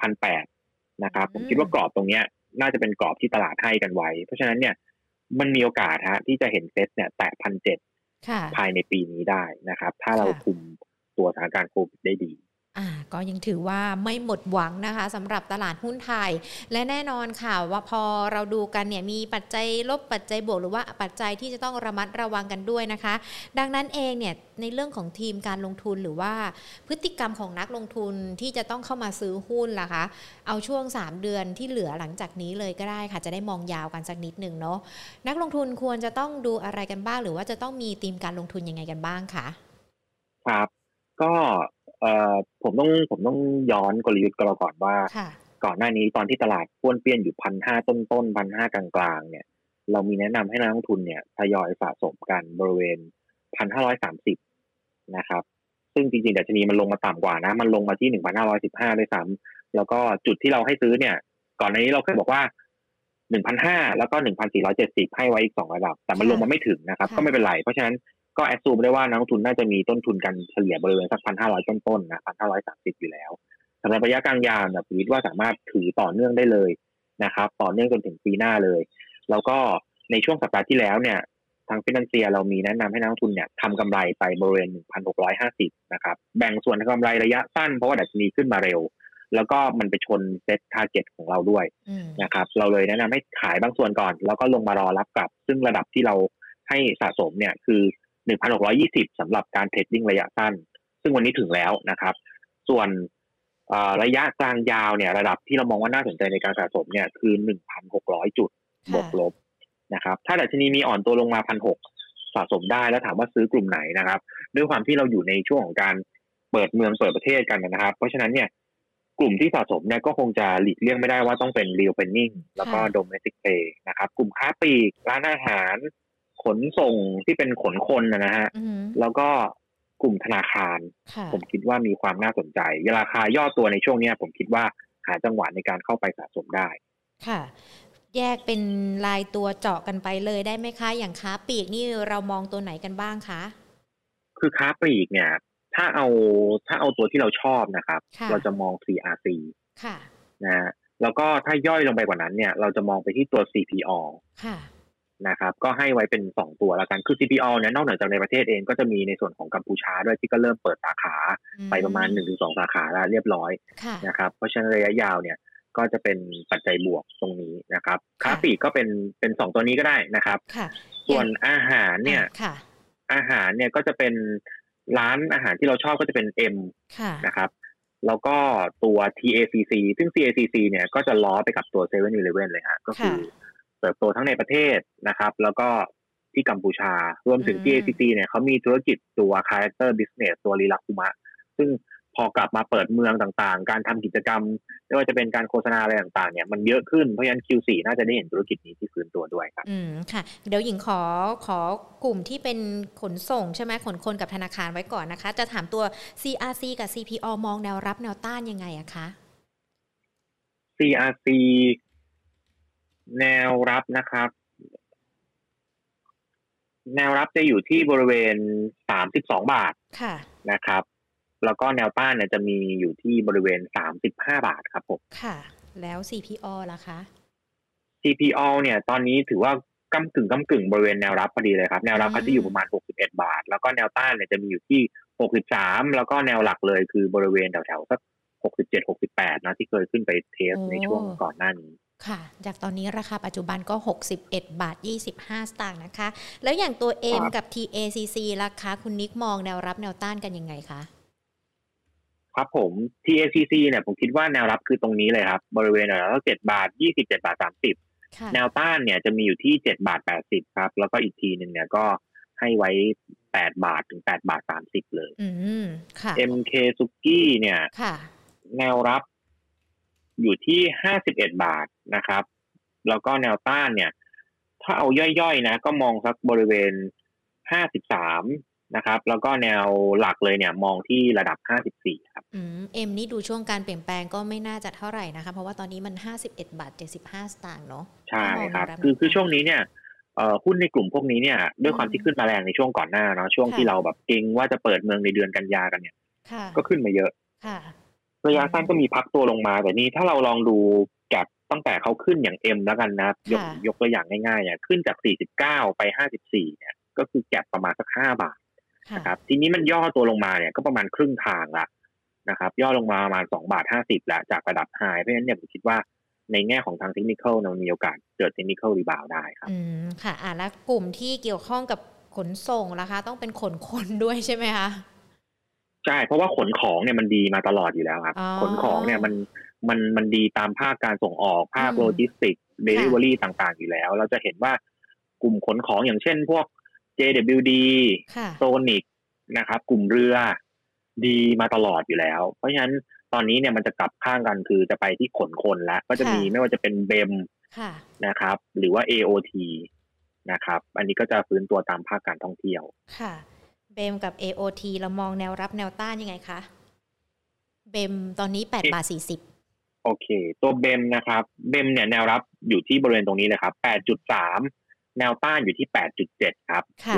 1,800 นะครับผมคิดว่ากรอบตรงนี้น่าจะเป็นกรอบที่ตลาดให้กันไว้เพราะฉะนั้นเนี่ยมันมีโอกาสที่จะเห็นเซ็ตเนี่ยแตะ 1,700 ภายในปีนี้ได้นะครับถ้าเราคุมตัวสถานการณ์โควิดได้ดีก็ยังถือว่าไม่หมดหวังนะคะสำหรับตลาดหุ้นไทยและแน่นอนค่ะว่าพอเราดูกันเนี่ยมีปัจจัยลบปัจจัยบวกหรือว่าปัจจัยที่จะต้องระมัดระวังกันด้วยนะคะดังนั้นเองเนี่ยในเรื่องของทีมการลงทุนหรือว่าพฤติกรรมของนักลงทุนที่จะต้องเข้ามาซื้อหุ้นล่ะคะเอาช่วง3เดือนที่เหลือหลังจากนี้เลยก็ได้ค่ะจะได้มองยาวกันสักนิดนึงเนาะนักลงทุนควรจะต้องดูอะไรกันบ้างหรือว่าจะต้องมีทีมการลงทุนยังไงกันบ้างคะครับก็ผมต้องย้อนกลยุทธ์ก่อนว่าก่อนหน้านี้ตอนที่ตลาดป้วนเปี้ยนอยู่ 1,500 ต้นๆ 1,500 กลางๆเนี่ยเรามีแนะนำให้นักลงทุนเนี่ยทยอยสะสมกันบริเวณ 1,530 นะครับซึ่งจริงๆดัชนีมันลงมาต่ำกว่านะมันลงมาที่ 1,515 ด้วยซ้ำแล้วก็จุดที่เราให้ซื้อเนี่ยก่อนหน้านี้เราเคยบอกว่า 1,500 แล้วก็ 1,470 ให้ไว้อีก2ระดับแต่มันลงมาไม่ถึงนะครับก็ไม่เป็นไรเพราะฉะนั้นก็แอดซูมได้ว่านักลงทุนน่าจะมีต้นทุนกันเฉลี่ยบริเวณสัก1,500ต้นๆนะ1,530อยู่แล้วสำหรับระยะกลางยาวเนี่ยผมคิดว่าสามารถถือต่อเนื่องได้เลยนะครับต่อเนื่องจนถึงปีหน้าเลยแล้วก็ในช่วงสัปดาห์ที่แล้วเนี่ยทางฟินแลนเซียเรามีแนะนำให้นักลงทุนเนี่ยทำกำไรไปบริเวณ 1,650 นะครับแบ่งส่วนกำไรระยะสั้นเพราะว่าดัชนีขึ้นมาเร็วแล้วก็มันไปชนเซ็ตทาร์เก็ตของเราด้วยนะครับเราเลยแนะนำให้ขายบางส่วนก่อนแล้วก็ลงมารอรับกลับซึ่งระดับที่เราให้สะสมเนี่ยคือ 1,620 สำหรับการเทรดดิ้งระยะสั้นซึ่งวันนี้ถึงแล้วนะครับส่วนระยะกลางยาวเนี่ยระดับที่เรามองว่าน่าสนใจในการสะสมเนี่ยคือ 1,600 จุดบวกลบนะครับถ้าดัชนีมีอ่อนตัวลงมา 1,600 สะสมได้แล้วถามว่าซื้อกลุ่มไหนนะครับด้วยความที่เราอยู่ในช่วงของการเปิดเมืองเปิดประเทศกันนะครับเพราะฉะนั้นเนี่ยกลุ่มที่สะสมเนี่ยก็คงจะหลีกเลี่ยงไม่ได้ว่าต้องเป็น reopening แล้วก็ domestic play นะครับกลุ่มค้าปลีกร้านอาหารขนส่งที่เป็นขนคนนะฮะแล้วก็กลุ่มธนาคารผมคิดว่ามีความน่าสนใจราคาย่อตัวในช่วงนี้ผมคิดว่าหาจังหวะในการเข้าไปสะสมได้ค่ะแยกเป็นรายตัวเจาะกันไปเลยได้ไหมคะอย่างค้าปลีกนี่เรามองตัวไหนกันบ้างคะคือค้าปลีกเนี่ยถ้าเอาตัวที่เราชอบนะครับเราจะมอง CRC ค่ะนะแล้วก็ถ้าย่อยลงไปกว่านั้นเนี่ยเราจะมองไปที่ตัว CPO ค่ะนะครับก็ให้ไว้เป็น2ตัวแล้วกันคือ CPO เนี่ยนอกเหนือจากในประเทศเองก็จะมีในส่วนของกัมพูชาด้วยที่ก็เริ่มเปิดสาขาไปประมาณ 1-2 สาขาแล้วเรียบร้อยนะครับเพราะฉะนั้นระยะยาวเนี่ยก็จะเป็นปัจจัยบวกตรงนี้นะครับค้าปลีกก็เป็น2ตัวนี้ก็ได้นะครับส่วนอาหารเนี่ยอาหารเนี่ยก็จะเป็นร้านอาหารที่เราชอบก็จะเป็น M นะครับแล้วก็ตัว TACC ซึ่ง TACC เนี่ยก็จะล้อไปกับตัว 7-Eleven เลยฮะก็คือเติบโตทั้งในประเทศนะครับแล้วก็ที่กัมพูชารวมถึง TACC เนี่ยเขามีธุรกิจตัว Character Business ตัวลีลาคุมะซึ่งพอกลับมาเปิดเมืองต่างๆการทำกิจกรรมไม่ว่าจะเป็นการโฆษณาอะไรต่างๆเนี่ยมันเยอะขึ้นเพราะฉะนั้น Q4 น่าจะได้เห็นธุรกิจนี้ที่ฟื้นตัวด้วยครับค่ะเดี๋ยวหญิงขอกลุ่มที่เป็นขนส่งใช่ไหมขนคนกับธนาคารไว้ก่อนนะคะจะถามตัว CRC กับ CPO มองแนวรับแนวต้านยังไงอะคะ CRC แนวรับนะครับแนวรับจะอยู่ที่บริเวณ32 บาทนะครับแล้วก็แนวต้านเนี่ยจะมีอยู่ที่บริเวณ35 บาทครับผมค่ะแล้ว CPO ล่ะคะ CPO เนี่ยตอนนี้ถือว่าก้ำกึ่งบริเวณแนวรับพอดีเลยครับแนวรับเขาจะอยู่ประมาณ61 บาทแล้วก็แนวต้านเนี่ยจะมีอยู่ที่63แล้วก็แนวหลักเลยคือบริเวณแถวๆสัก67-68นะที่เคยขึ้นไปเทสในช่วงก่อนหน้านี้ค่ะจากตอนนี้ราคาปัจจุบันก็61.25 บาทนะคะแล้วอย่างตัว M กับ TACC ราคาคุณนิกมองแนวรับแนวต้านกันยังไงคะครับผม TACC เนี่ยผมคิดว่าแนวรับคือตรงนี้เลยครับบริเวณ7 บาท 27 บาท 30แนวต้านเนี่ยจะมีอยู่ที่7 บาท 80ครับแล้วก็อีกทีนึงเนี่ยก็ให้ไว้8 บาทถึง8 บาท 30เลยค่ะ MK Suki เนี่ยแนวรับอยู่ที่51 บาทนะครับแล้วก็แนวต้านเนี่ยถ้าเอาย่อยๆนะก็มองสักบริเวณ53นะครับแล้วก็แนวหลักเลยเนี่ยมองที่ระดับ54ครับนี่ดูช่วงการเปลี่ยนแปลงก็ไม่น่าจะเท่าไหร่นะคะเพราะว่าตอนนี้มัน51.75 บาทเนาะใช่ครับคือช่วงนี้เนี่ยหุ้นในกลุ่มพวกนี้เนี่ยด้วยความที่ขึ้นมาแรงในช่วงก่อนหน้าเนาะช่วงที่เราแบบเก่งว่าจะเปิดเมืองในเดือนกันยากันเนี่ยก็ขึ้นมาเยอะระยะสั้นก็มีพักตัวลงมาแต่นี่ถ้าเราลองดูแกปตั้งแต่เขาขึ้นอย่าง M แล้วกันนะยกตัวอย่างง่ายๆเนี่ยขึ้นจาก49ไป54เนี่ยก็คือแกปประมาณสัก5 บาทนะครับทีนี้มันย่อตัวลงมาเนี่ยก็ประมาณครึ่งทางละนะครับย่อลงมาประมาณ2.50 บาทแล้วจากระดับไฮเพราะฉะนั้นเนี่ยผมคิดว่าในแง่ของทางเทคนิคมันมีโอกาสเกิดเทคนิครีบาวด์ได้ครับค่ะแล้วกลุ่มที่เกี่ยวข้องกับขนส่งล่ะคะต้องเป็นขนคนด้วยใช่ไหมคะใช่เพราะว่าขนของเนี่ยมันดีมาตลอดอยู่แล้วครับขนของเนี่ยมันดีตามภาคการส่งออกภาคโลจิสติกส์เดลิเวอรี่ต่างๆอยู่แล้วเราจะเห็นว่ากลุ่มขนของอย่างเช่นพวก JWD Sonic นะครับกลุ่มเรือดีมาตลอดอยู่แล้วเพราะฉะนั้นตอนนี้เนี่ยมันจะกลับข้างกันคือจะไปที่ขนคนแล้วก็จะมีไม่ว่าจะเป็นเบมนะครับหรือว่า AOT นะครับอันนี้ก็จะฟื้นตัวตามภาคการท่องเที่ยวค่ะเบมกับ AOT เรามองแนวรับแนวต้านยังไงคะเบมตอนนี้8.40 บาทโอเคตัวเบมนะครับเบมเนี่ยแนวรับอยู่ที่บริเวณตรงนี้เลยครับ 8.3 แนวต้านอยู่ที่ 8.7 ครับแล้วก็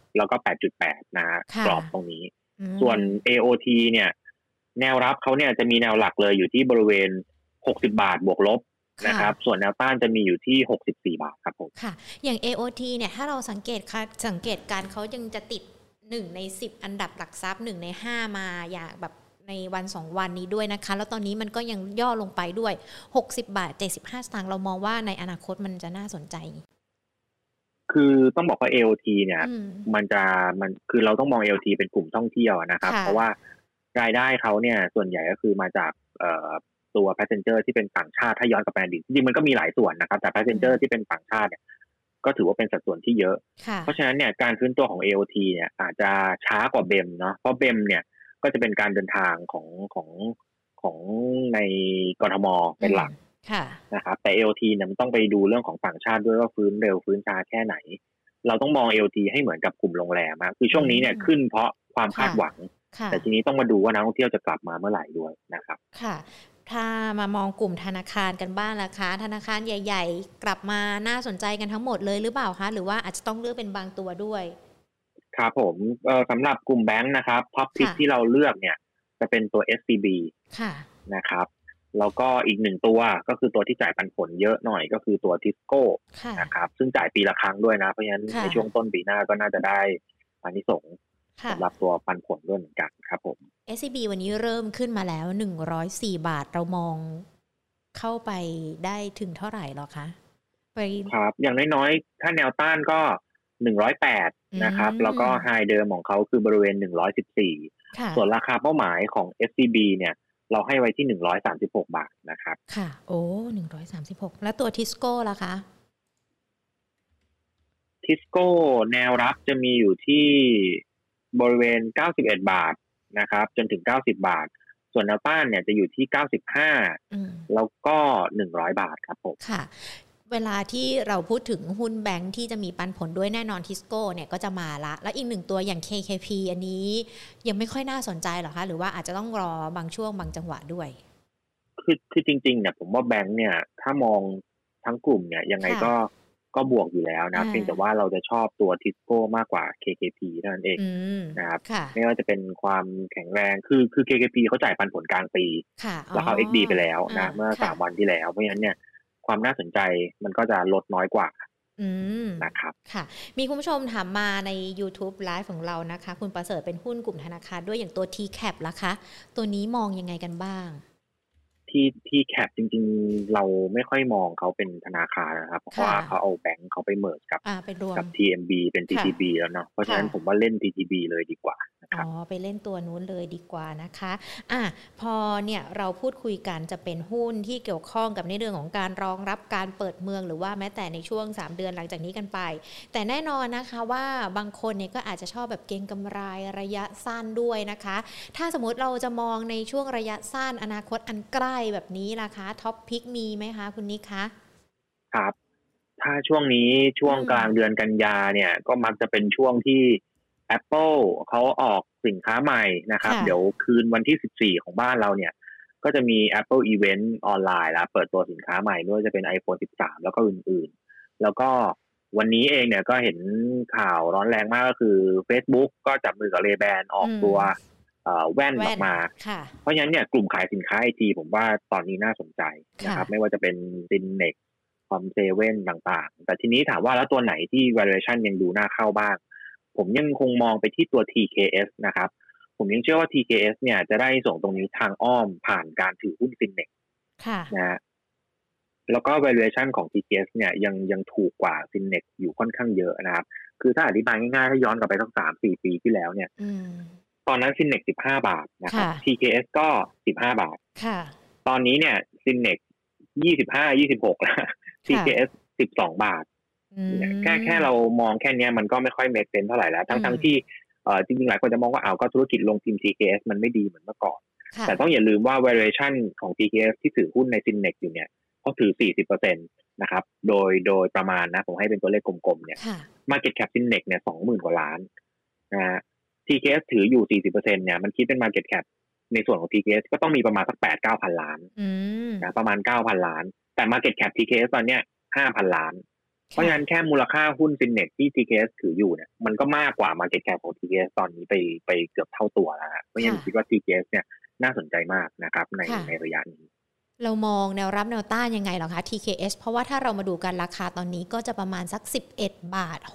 แล้วก็ 8.8 นะฮะกค่ะรอบตรงนี้อืส่วนม AOT เนี่ยแนวรับเขาเนี่ยจะมีแนวหลักเลยอยู่ที่บริเวณ60บาทบวกลบนะค่ะครับส่วนแนวต้านจะมีอยู่ที่64บาทครับผมค่ะอย่าง AOT เนี่ยถ้าเราสังเกตค่ะสังเกตการณ์เขายังจะติด1ใน10อันดับหลักทรัพย์1ใน5มาอย่างแบบในวัน2วันนี้ด้วยนะคะแล้วตอนนี้มันก็ยังย่อลงไปด้วย60บาท75สตางค์เรามองว่าในอนาคตมันจะน่าสนใจคือต้องบอกว่า AOT เนี่ยอืมมันคือเราต้องมอง AOT เป็นกลุ่มท่องเที่ยวนะครับค่ะเพราะว่ารายได้เขาเนี่ยส่วนใหญ่ก็คือมาจากตัว passenger ที่เป็นต่างชาติถ้าย้อนกลับไปอดีตจริงๆมันก็มีหลายส่วนนะครับแต่อืม passenger ที่เป็นต่างชาติเนี่ยก็ถือว่าเป็นสัดส่วนที่เยอะค่ะเพราะฉะนั้นเนี่ยการฟื้นตัวของ AOT เนี่ยอาจจะช้ากว่า BEM เนาะเพราะ BEM เนี่ยก็จะเป็นการเดินทางของในกทมเป็นหลักค่ะนะครับแต่ LT เนี่ยมันต้องไปดูเรื่องของต่างชาติด้วยว่าฟื้นเร็วฟื้นช้าแค่ไหนเราต้องมอง LT ให้เหมือนกับกลุ่มโรงแรมคือช่วงนี้เนี่ยขึ้นเพราะความคาค่ะดหวังค่ะแต่ทีนี้ต้องมาดูว่านักท่องเที่ยวจะกลับมาเมื่อไหร่ด้วยนะครับค่ะถ้ามามองกลุ่มธนาคารกันบ้างล่ะคะธนาคารใหญ่ๆกลับมาน่าสนใจกันทั้งหมดเลยหรือเปล่าคะหรือว่าอาจจะต้องเลือกเป็นบางตัวด้วยครับผมสำหรับกลุ่มแบงค์นะครับท็อปพิกค่ะที่เราเลือกเนี่ยจะเป็นตัว SCB ค่ะนะครับแล้วก็อีกหนึ่งตัวก็คือตัวที่จ่ายปันผลเยอะหน่อยก็คือตัวทิสโก้ค่ะนะครับซึ่งจ่ายปีละครั้งด้วยนะเพราะฉะนั้นในค่ะช่วงต้นปีหน้าก็น่าจะได้อานิสงส์ค่ะสำหรับตัวปันผลด้วยเหมือนกันครับผม SCB วันนี้เริ่มขึ้นมาแล้ว104บาทเรามองเข้าไปได้ถึงเท่าไหร่หรอคะไปครับอย่างน้อยๆถ้าแนวต้านก็108 อืนะครับแล้วก็มไฮเดิมของเขาคือบริเวณ114 ค่ะส่วนราคาเป้าหมายของ SCB เนี่ยเราให้ไว้ที่136บาทนะครับค่ะโอ้136แล้วตัว Tisco ล่ะคะทิสโก้แนวรับจะมีอยู่ที่บริเวณ91บาทนะครับจนถึง90บาทส่วนแนวต้านเนี่ยจะอยู่ที่95 อืมแล้วก็100บาทครับผมค่ะเวลาที่เราพูดถึงหุ้นแบงค์ที่จะมีปันผลด้วยแน่นอน Tisco เนี่ยก็จะมาละแล้วอีกหนึ่งตัวอย่าง KKP อันนี้ยังไม่ค่อยน่าสนใจหรอคะหรือว่าอาจจะต้องรอบางช่วงบางจังหวะด้วยคือจริงๆเนี่ยผมว่าแบงค์เนี่ยถ้ามองทั้งกลุ่มเนี่ยยังไงค่ะก็บวกอยู่แล้วนะเพียงแต่ว่าเราจะชอบตัวทิสโก้มากกว่า KKP เท่านั้นเองอืมนะครับค่ะไม่ว่าจะเป็นความแข็งแรงคือ KKP เขาจ่ายปันผลกลางปีค่ะอ๋อแล้วเขา XD ไปแล้วอานะเมื่อค่ะ 3วันที่แล้วเพราะฉะนั้นเนี่ยความน่าสนใจมันก็จะลดน้อยกว่าอืมนะครับค่ะมีคุณผู้ชมถามมาในยูทูบไลฟ์ของเรานะคะคุณประเสริฐเป็นหุ้นกลุ่มธนาคารด้วยอย่างตัว TCAP ล่ะคะตัวนี้มองยังไงกันบ้างที่แคปจริงๆเราไม่ค่อยมองเขาเป็นธนาคารนะครับเพราะค่ะว่าเขาเอาแบงก์เขาไปเมิร์จกับไปรวม TMB เป็นค่ะ TTB แล้วเนาะเพราะฉะค่ะนั้นผมว่าเล่น TTB เลยดีกว่านะคอ๋อรับไปเล่นตัวนู้นเลยดีกว่านะคะพอเนี่ยเราพูดคุยกันจะเป็นหุ้นที่เกี่ยวข้องกับในเรื่องของการรองรับการเปิดเมืองหรือว่าแม้แต่ในช่วง3เดือนหลังจากนี้กันไปแต่แน่นอนนะคะว่าบางคนเนี่ยก็อาจจะชอบแบบเก็งกำไรระยะสั้นด้วยนะคะถ้าสมมติเราจะมองในช่วงระยะสั้นอนาคตอันใกล้แบบนี้ล่ะคะท็อปพิกมีไหมคะคุณนิกคะครับถ้าช่วงนี้ช่วงอืมกลางเดือนกันยาเนี่ยก็มักจะเป็นช่วงที่ Apple เขาออกสินค้าใหม่นะครับค่ะเดี๋ยวคืนวันที่14ของบ้านเราเนี่ยก็จะมี Apple Event ออนไลน์แล้วเปิดตัวสินค้าใหม่ไม่ว่าจะเป็น iPhone 13แล้วก็อื่นๆแล้วก็วันนี้เองเนี่ยก็เห็นข่าวร้อนแรงมากก็คือ Facebook ก็จับมือกับ Ray-Ban ออกอืมตัวแว่นอแว่นอกมาค่ะเพราะฉะนั้นเนี่ยกลุ่มขายสินค้าไอทีผมว่าตอนนี้น่าสนใจนะคค่ะรับไม่ว่าจะเป็น Synnex คอมเซเว่นต่างๆแต่ทีนี้ถามว่าแล้วตัวไหนที่ valuation ยังดูน่าเข้าบ้างผมยังคงมองไปที่ตัว TKS นะครับผมยังเชื่อว่า TKS เนี่ยจะได้ส่งตรงนี้ทางอ้อมผ่านการถือหุ้น Synnex ค่ะนะฮะแล้วก็ valuation ของ TKS เนี่ยยังถูกกว่า Synnex อยู่ค่อนข้างเยอะนะครับคือถ้าอธิบายง่ายๆถ้าย้อนกลับไปสัก3-4 ปีที่แล้วเนี่ยอืมตอนนั้น Synnex 15 บาทนะครับค่ะ TKS ก็15 บาทค่ะตอนนี้เนี่ย Synnex 25-26แล้วค่ะ TKS 12 บาทอืเนี่ยแค่มเรามองแค่เนี้ยมันก็ไม่ค่อย make sense เท่าไหร่แล้วอืมทั้งที่จริงๆหลายคนจะมองว่าก็ธุรกิจลงพิมพ์ TKS มันไม่ดีเหมือนเมื่อก่อนค่ะแต่ต้องอย่าลืมว่า valuation ของ TKS ที่ถือหุ้นใน Synnex อยู่เนี่ยเขาถือ 40% นะครับโดยประมาณนะผมให้เป็นตัวเลขกลมๆเนี่ยค่ะ market cap Synnex เนี่ย 20,000 กว่าล้านนะฮะ TKS ถืออยู่ 40% เนี่ยมันคิดเป็น market cap ในส่วนของ TKS ก็ต้องมีประมาณสัก 8-9 พันล้านอืมนะประมาณ 9,000 ล้านแต่ market cap TKS ตอนเนี้ย 5,000 ล้านเพราะฉะนั้นแค่มูลค่าหุ้น Finex ที่ TKS ถืออยู่เนี่ยมันก็มากกว่า Market Cap ของ TKS ตอนนี้ไปเกือบเท่าตัวแล้วเพราะฉะนั้นคิดว่า TKS เนี่ยน่าสนใจมากนะครับในระยะนี้เรามองแนวรับแนวต้านยังไงหรอคะ TKS เพราะว่าถ้าเรามาดูกันราคาตอนนี้ก็จะประมาณสัก11.60 บาท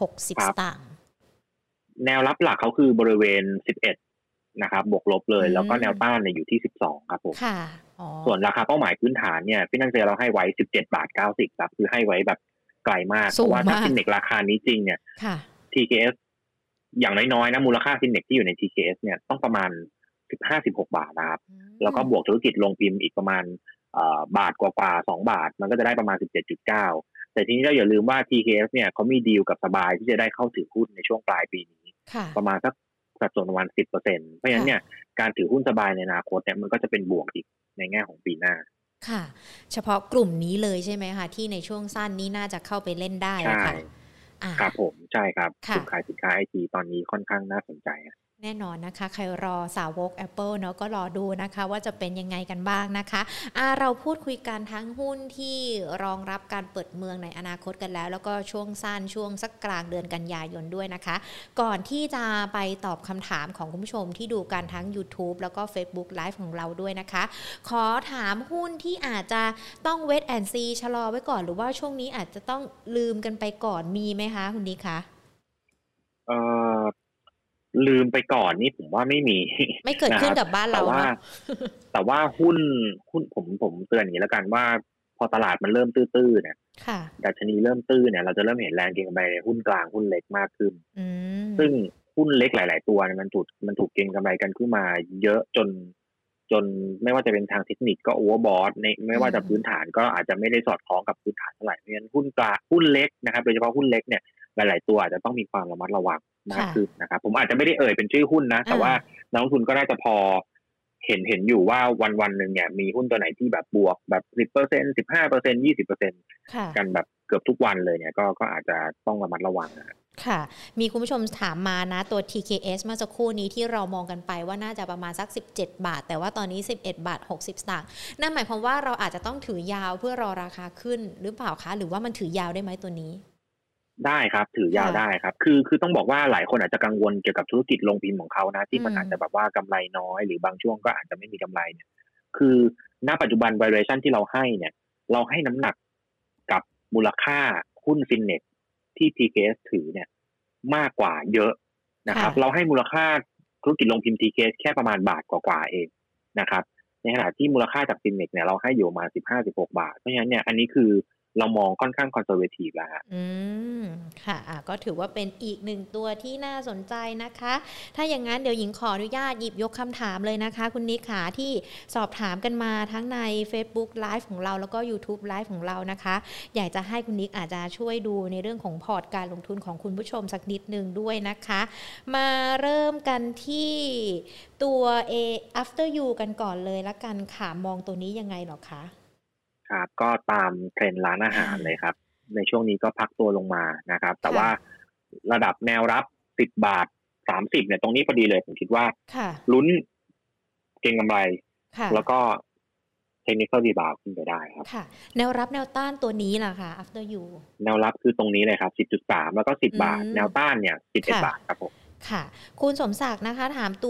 แนวรับหลักเขาคือบริเวณ11นะครับบวกลบเลยแล้วก็แนวต้านเนี่ยอยู่ที่12ครับผมส่วนราคาเป้าหมายพื้นฐานเนี่ยพี่นังเจเราให้ไว้17.90 บาทครับคือให้ไว้แบบไกลมากเพราะว่าถ้าฟินเน็กราคานี้จริงเนี่ย TKS อย่างน้อยๆนะมูลค่าฟินเน็กที่อยู่ใน TKS เนี่ยต้องประมาณ15-16 บาทนะครับแล้วก็บวกธุรกิจลงพิมพ์อีกประมาณบาทกว่า2 บาทมันก็จะได้ประมาณ 17.9 แต่ทีนี้เราอย่าลืมว่า TKS เนี่ยเขามีดีลกับสบายที่จะได้เข้าถือหุ้นในช่วงปลายปีนี้ประมาณสักสัดส่วนประมาณ 10% เพราะฉะนั้นเนี่ยการถือหุ้นสบายในอนาคตเนี่ยมันก็จะเป็นบวกอีกในแง่ของปีหน้าค่ะเฉพาะกลุ่มนี้เลยใช่ไหมคะที่ในช่วงสั้นนี้น่าจะเข้าไปเล่นได้ค่ะครับผมใช่ครับกลุ่มขายสินค้า IT ตอนนี้ค่อนข้างน่าสนใจแน่นอนนะคะใครรอสาวก Apple เนาะก็รอดูนะคะว่าจะเป็นยังไงกันบ้างนะคะเราพูดคุยกันทั้งหุ้นที่รองรับการเปิดเมืองในอนาคตกันแล้วก็ช่วงสั้นช่วงสักกลางเดือนกันยายนด้วยนะคะก่อนที่จะไปตอบคำถามของคุณผู้ชมที่ดูกันทั้ง YouTube แล้วก็ Facebook Live ของเราด้วยนะคะขอถามหุ้นที่อาจจะต้องเวทแอนด์ซีชะลอไว้ก่อนหรือว่าช่วงนี้อาจจะต้องลืมกันไปก่อนมีไหมคะคุณนิกคะลืมไปก่อนนี่ผมว่าไม่มีไม่เกิดขึ้นกับบ้านเราแต่ว่าหุ้นผมเตือนอย่างนี้แล้วกันว่าพอตลาดมันเริ่มตื้อๆเนี่ยดัชนีเริ่มตื้อเนี่ยเราจะเริ่มเห็นแรงเก็งกำไรในหุ้นกลางหุ้นเล็กมากขึ้นซึ่งหุ้นเล็กหลายๆตัวเนี่ยมันถูกเก็งกำไรกันขึ้นมาเยอะจนไม่ว่าจะเป็นทางเทคนิคก็โอเวอร์บอทในไม่ว่าจะพื้นฐานก็อาจจะไม่ได้สอดคล้องกับพื้นฐานเท่าไหร่เพราะฉะนั้นหุ้นกลางหุ้นเล็กนะครับโดยเฉพาะหุ้นเล็กเนี่ยหลายๆตัวอาจจะต้องมีความระมัดระวังมากขึ้นนะครับผมอาจจะไม่ได้เป็นชื่อหุ้นนะแต่ว่านักลงทุนก็น่าจะพอเห็นอยู่ว่าวันๆนึงเนี่ยมีหุ้นตัวไหนที่แบบบวกแบบ 10% 15% 20% กันแบบเกือบทุกวันเลยเนี่ยก็อาจจะต้องระมัดระวังนะค่ะมีคุณผู้ชมถามมานะตัว TKS เมื่อสักครู่นี้ที่เรามองกันไปว่าน่าจะประมาณสัก17 บาทแต่ว่าตอนนี้11.60 บาทนั่นหมายความว่าเราอาจจะต้องถือยาวเพื่อรอราคาขึ้นหรือเปล่าคะหรือว่ามันถือยาวได้ไหมตัวนี้ได้ครับถือยาวได้ครับคือต้องบอกว่าหลายคนอาจจะกังวลเกี่ยวกับธุรกิจโรงพิมพ์ของเขานะที่มันอาจจะแบบว่ากำไรน้อยหรือบางช่วงก็อาจจะไม่มีกำไรเนี่ยคือณปัจจุบัน valuation ที่เราให้เนี่ยเราให้น้ำหนักกับมูลค่าหุ้น Finex ที่ TKS ถือเนี่ยมากกว่าเยอะนะครับเราให้มูลค่าธุรกิจโรงพิมพ์ TKS แค่ประมาณบาทกว่าเองนะครับในขณะที่มูลค่าจาก Finex เนี่ยเราให้อยู่มา15-16 บาทเพราะฉะนั้นเนี่ยอันนี้คือเรามองค่อนข้างคอนเซอร์เวทีฟแล้วฮะค่ะก็ถือว่าเป็นอีกหนึ่งตัวที่น่าสนใจนะคะถ้าอย่างนั้นเดี๋ยวหญิงขออนุญาตหยิบยกคำถามเลยนะคะคุณนิกขาที่สอบถามกันมาทั้งใน Facebook Live ของเราแล้วก็ YouTube Live ของเรานะคะอยากจะให้คุณนิกอาจจะช่วยดูในเรื่องของพอร์ตการลงทุนของคุณผู้ชมสักนิดนึงด้วยนะคะมาเริ่มกันที่ตัว After You กันก่อนเลยละกันค่ะมองตัวนี้ยังไงหรอคะครับก็ตามเทรนด์ร้านอาหารเลยครับในช่วงนี้ก็พักตัวลงมานะครับแต่ว่าระดับแนวรับ10 บาท30เนี่ยตรงนี้พอดีเลยผมคิดว่าลุ้นเก็งกำไรแล้วก็เทคนิคอลรีบาวด์ขึ้นไปได้ครับแนวรับแนวต้านตัวนี้ล่ะค่ะ After You แนวรับคือตรงนี้เลยครับ 10.3 แล้วก็10 บาทแนวต้านเนี่ย11 บาทครับผมค่ะคุณสมศักดิ์นะคะถามตัว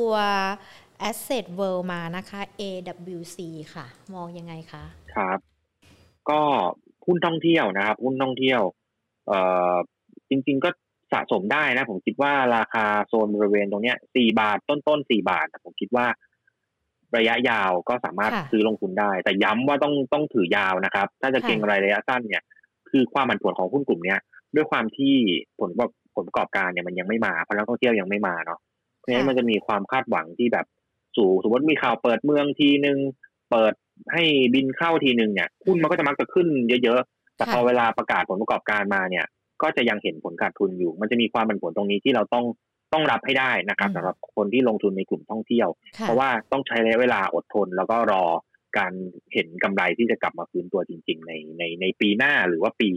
Asset World มานะคะ AWC ค่ะมองยังไงคะครับก็หุ้นท่องเที่ยวนะครับหุ้นท่องเที่ยวจริงๆก็สะสมได้นะผมคิดว่าราคาโซนบริเวณตรงเนี้ย4 บาทต้น4 บาทผมคิดว่าระยะยาวก็สามารถซื้อลงทุนได้แต่ย้ำว่าต้องถือยาวนะครับถ้าจะเก็งระยะสั้นเนี่ยคือความผันผวนของหุ้นกลุ่มนี้ด้วยความที่ผลประกอบการเนี่ยมันยังไม่มาเพราะนักท่องเที่ยวยังไม่มาเนาะเพราะฉะนั้นมันจะมีความคาดหวังที่แบบสูงสมมติมีข่าวเปิดเมืองทีนึงเปิดให้บินเข้าทีนึงเนี่ยหุ้นมันก็จะมักจะขึ้นเยอะๆแต่พอเวลาประกาศผลประกอบการมาเนี่ยก็จะยังเห็นผลขาดทุนอยู่มันจะมีความผันผวนตรงนี้ที่เราต้องรับให้ได้นะครับสำหรับคนที่ลงทุนในกลุ่มท่องเที่ยวเพราะว่าต้องใช้ระยะเวลาอดทนแล้วก็รอการเห็นกำไรที่จะกลับมาฟื้นตัวจริงๆในปีหน้าหรือว่าปี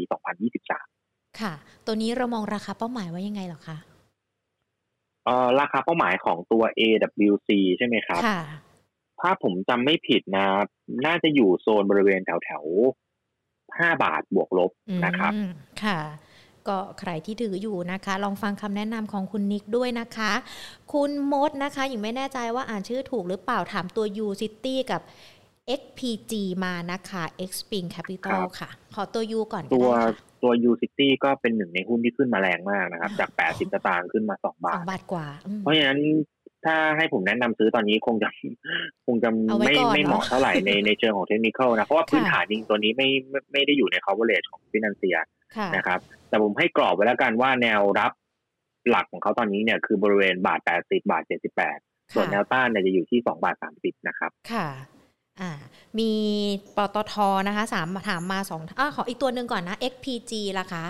2023 ค่ะตัวนี้เรามองราคาเป้าหมายว่ายังไงหรอคะราคาเป้าหมายของตัว AWC ใช่ไหมครับถ้าผมจำไม่ผิดนะน่าจะอยู่โซนบริเวณแถว5 บาทบวกลบนะครับค่ะก็ใครที่ถืออยู่นะคะลองฟังคำแนะนำของคุณนิกด้วยนะคะคุณมดนะคะยังไม่แน่ใจว่าอ่านชื่อถูกหรือเปล่าถามตัว U City กับ XPG มานะคะ Xping ค Capital รับค่ะขอตัว U ก่อนก็ตัวได้ค่ะตัว U City ก็เป็นหนึ่งในหุ้นที่ขึ้นมาแรงมากนะครับจาก80 สตางค์ขึ้นมา2 บา 2 ทบาทกว่าเพราะฉะนั้นถ้าให้ผมแนะนำซื้อตอนนี้คงจะ คงจะเอาไว้ก่อนไม่เหเนาะมาะเท่าไหร่ในเชิงของเทคนิคนะเพราะว่าพื้นค่ะฐานจริงตัวนี้ไม่ได้อยู่ใน coverage ของ Financial ค่ะนะครับแต่ผมให้กรอบไว้แล้วกันว่าแนวรับหลักของเขาตอนนี้เนี่ยคือบริเวณบาท80บาท78ส่วนค่ะแนวต้านเนี่ยจะอยู่ที่2บาท30นะครับค่ะมีปตทนะคะถามมาขออีกตัวหนึ่งก่อนนะ XPG ล่ะคะ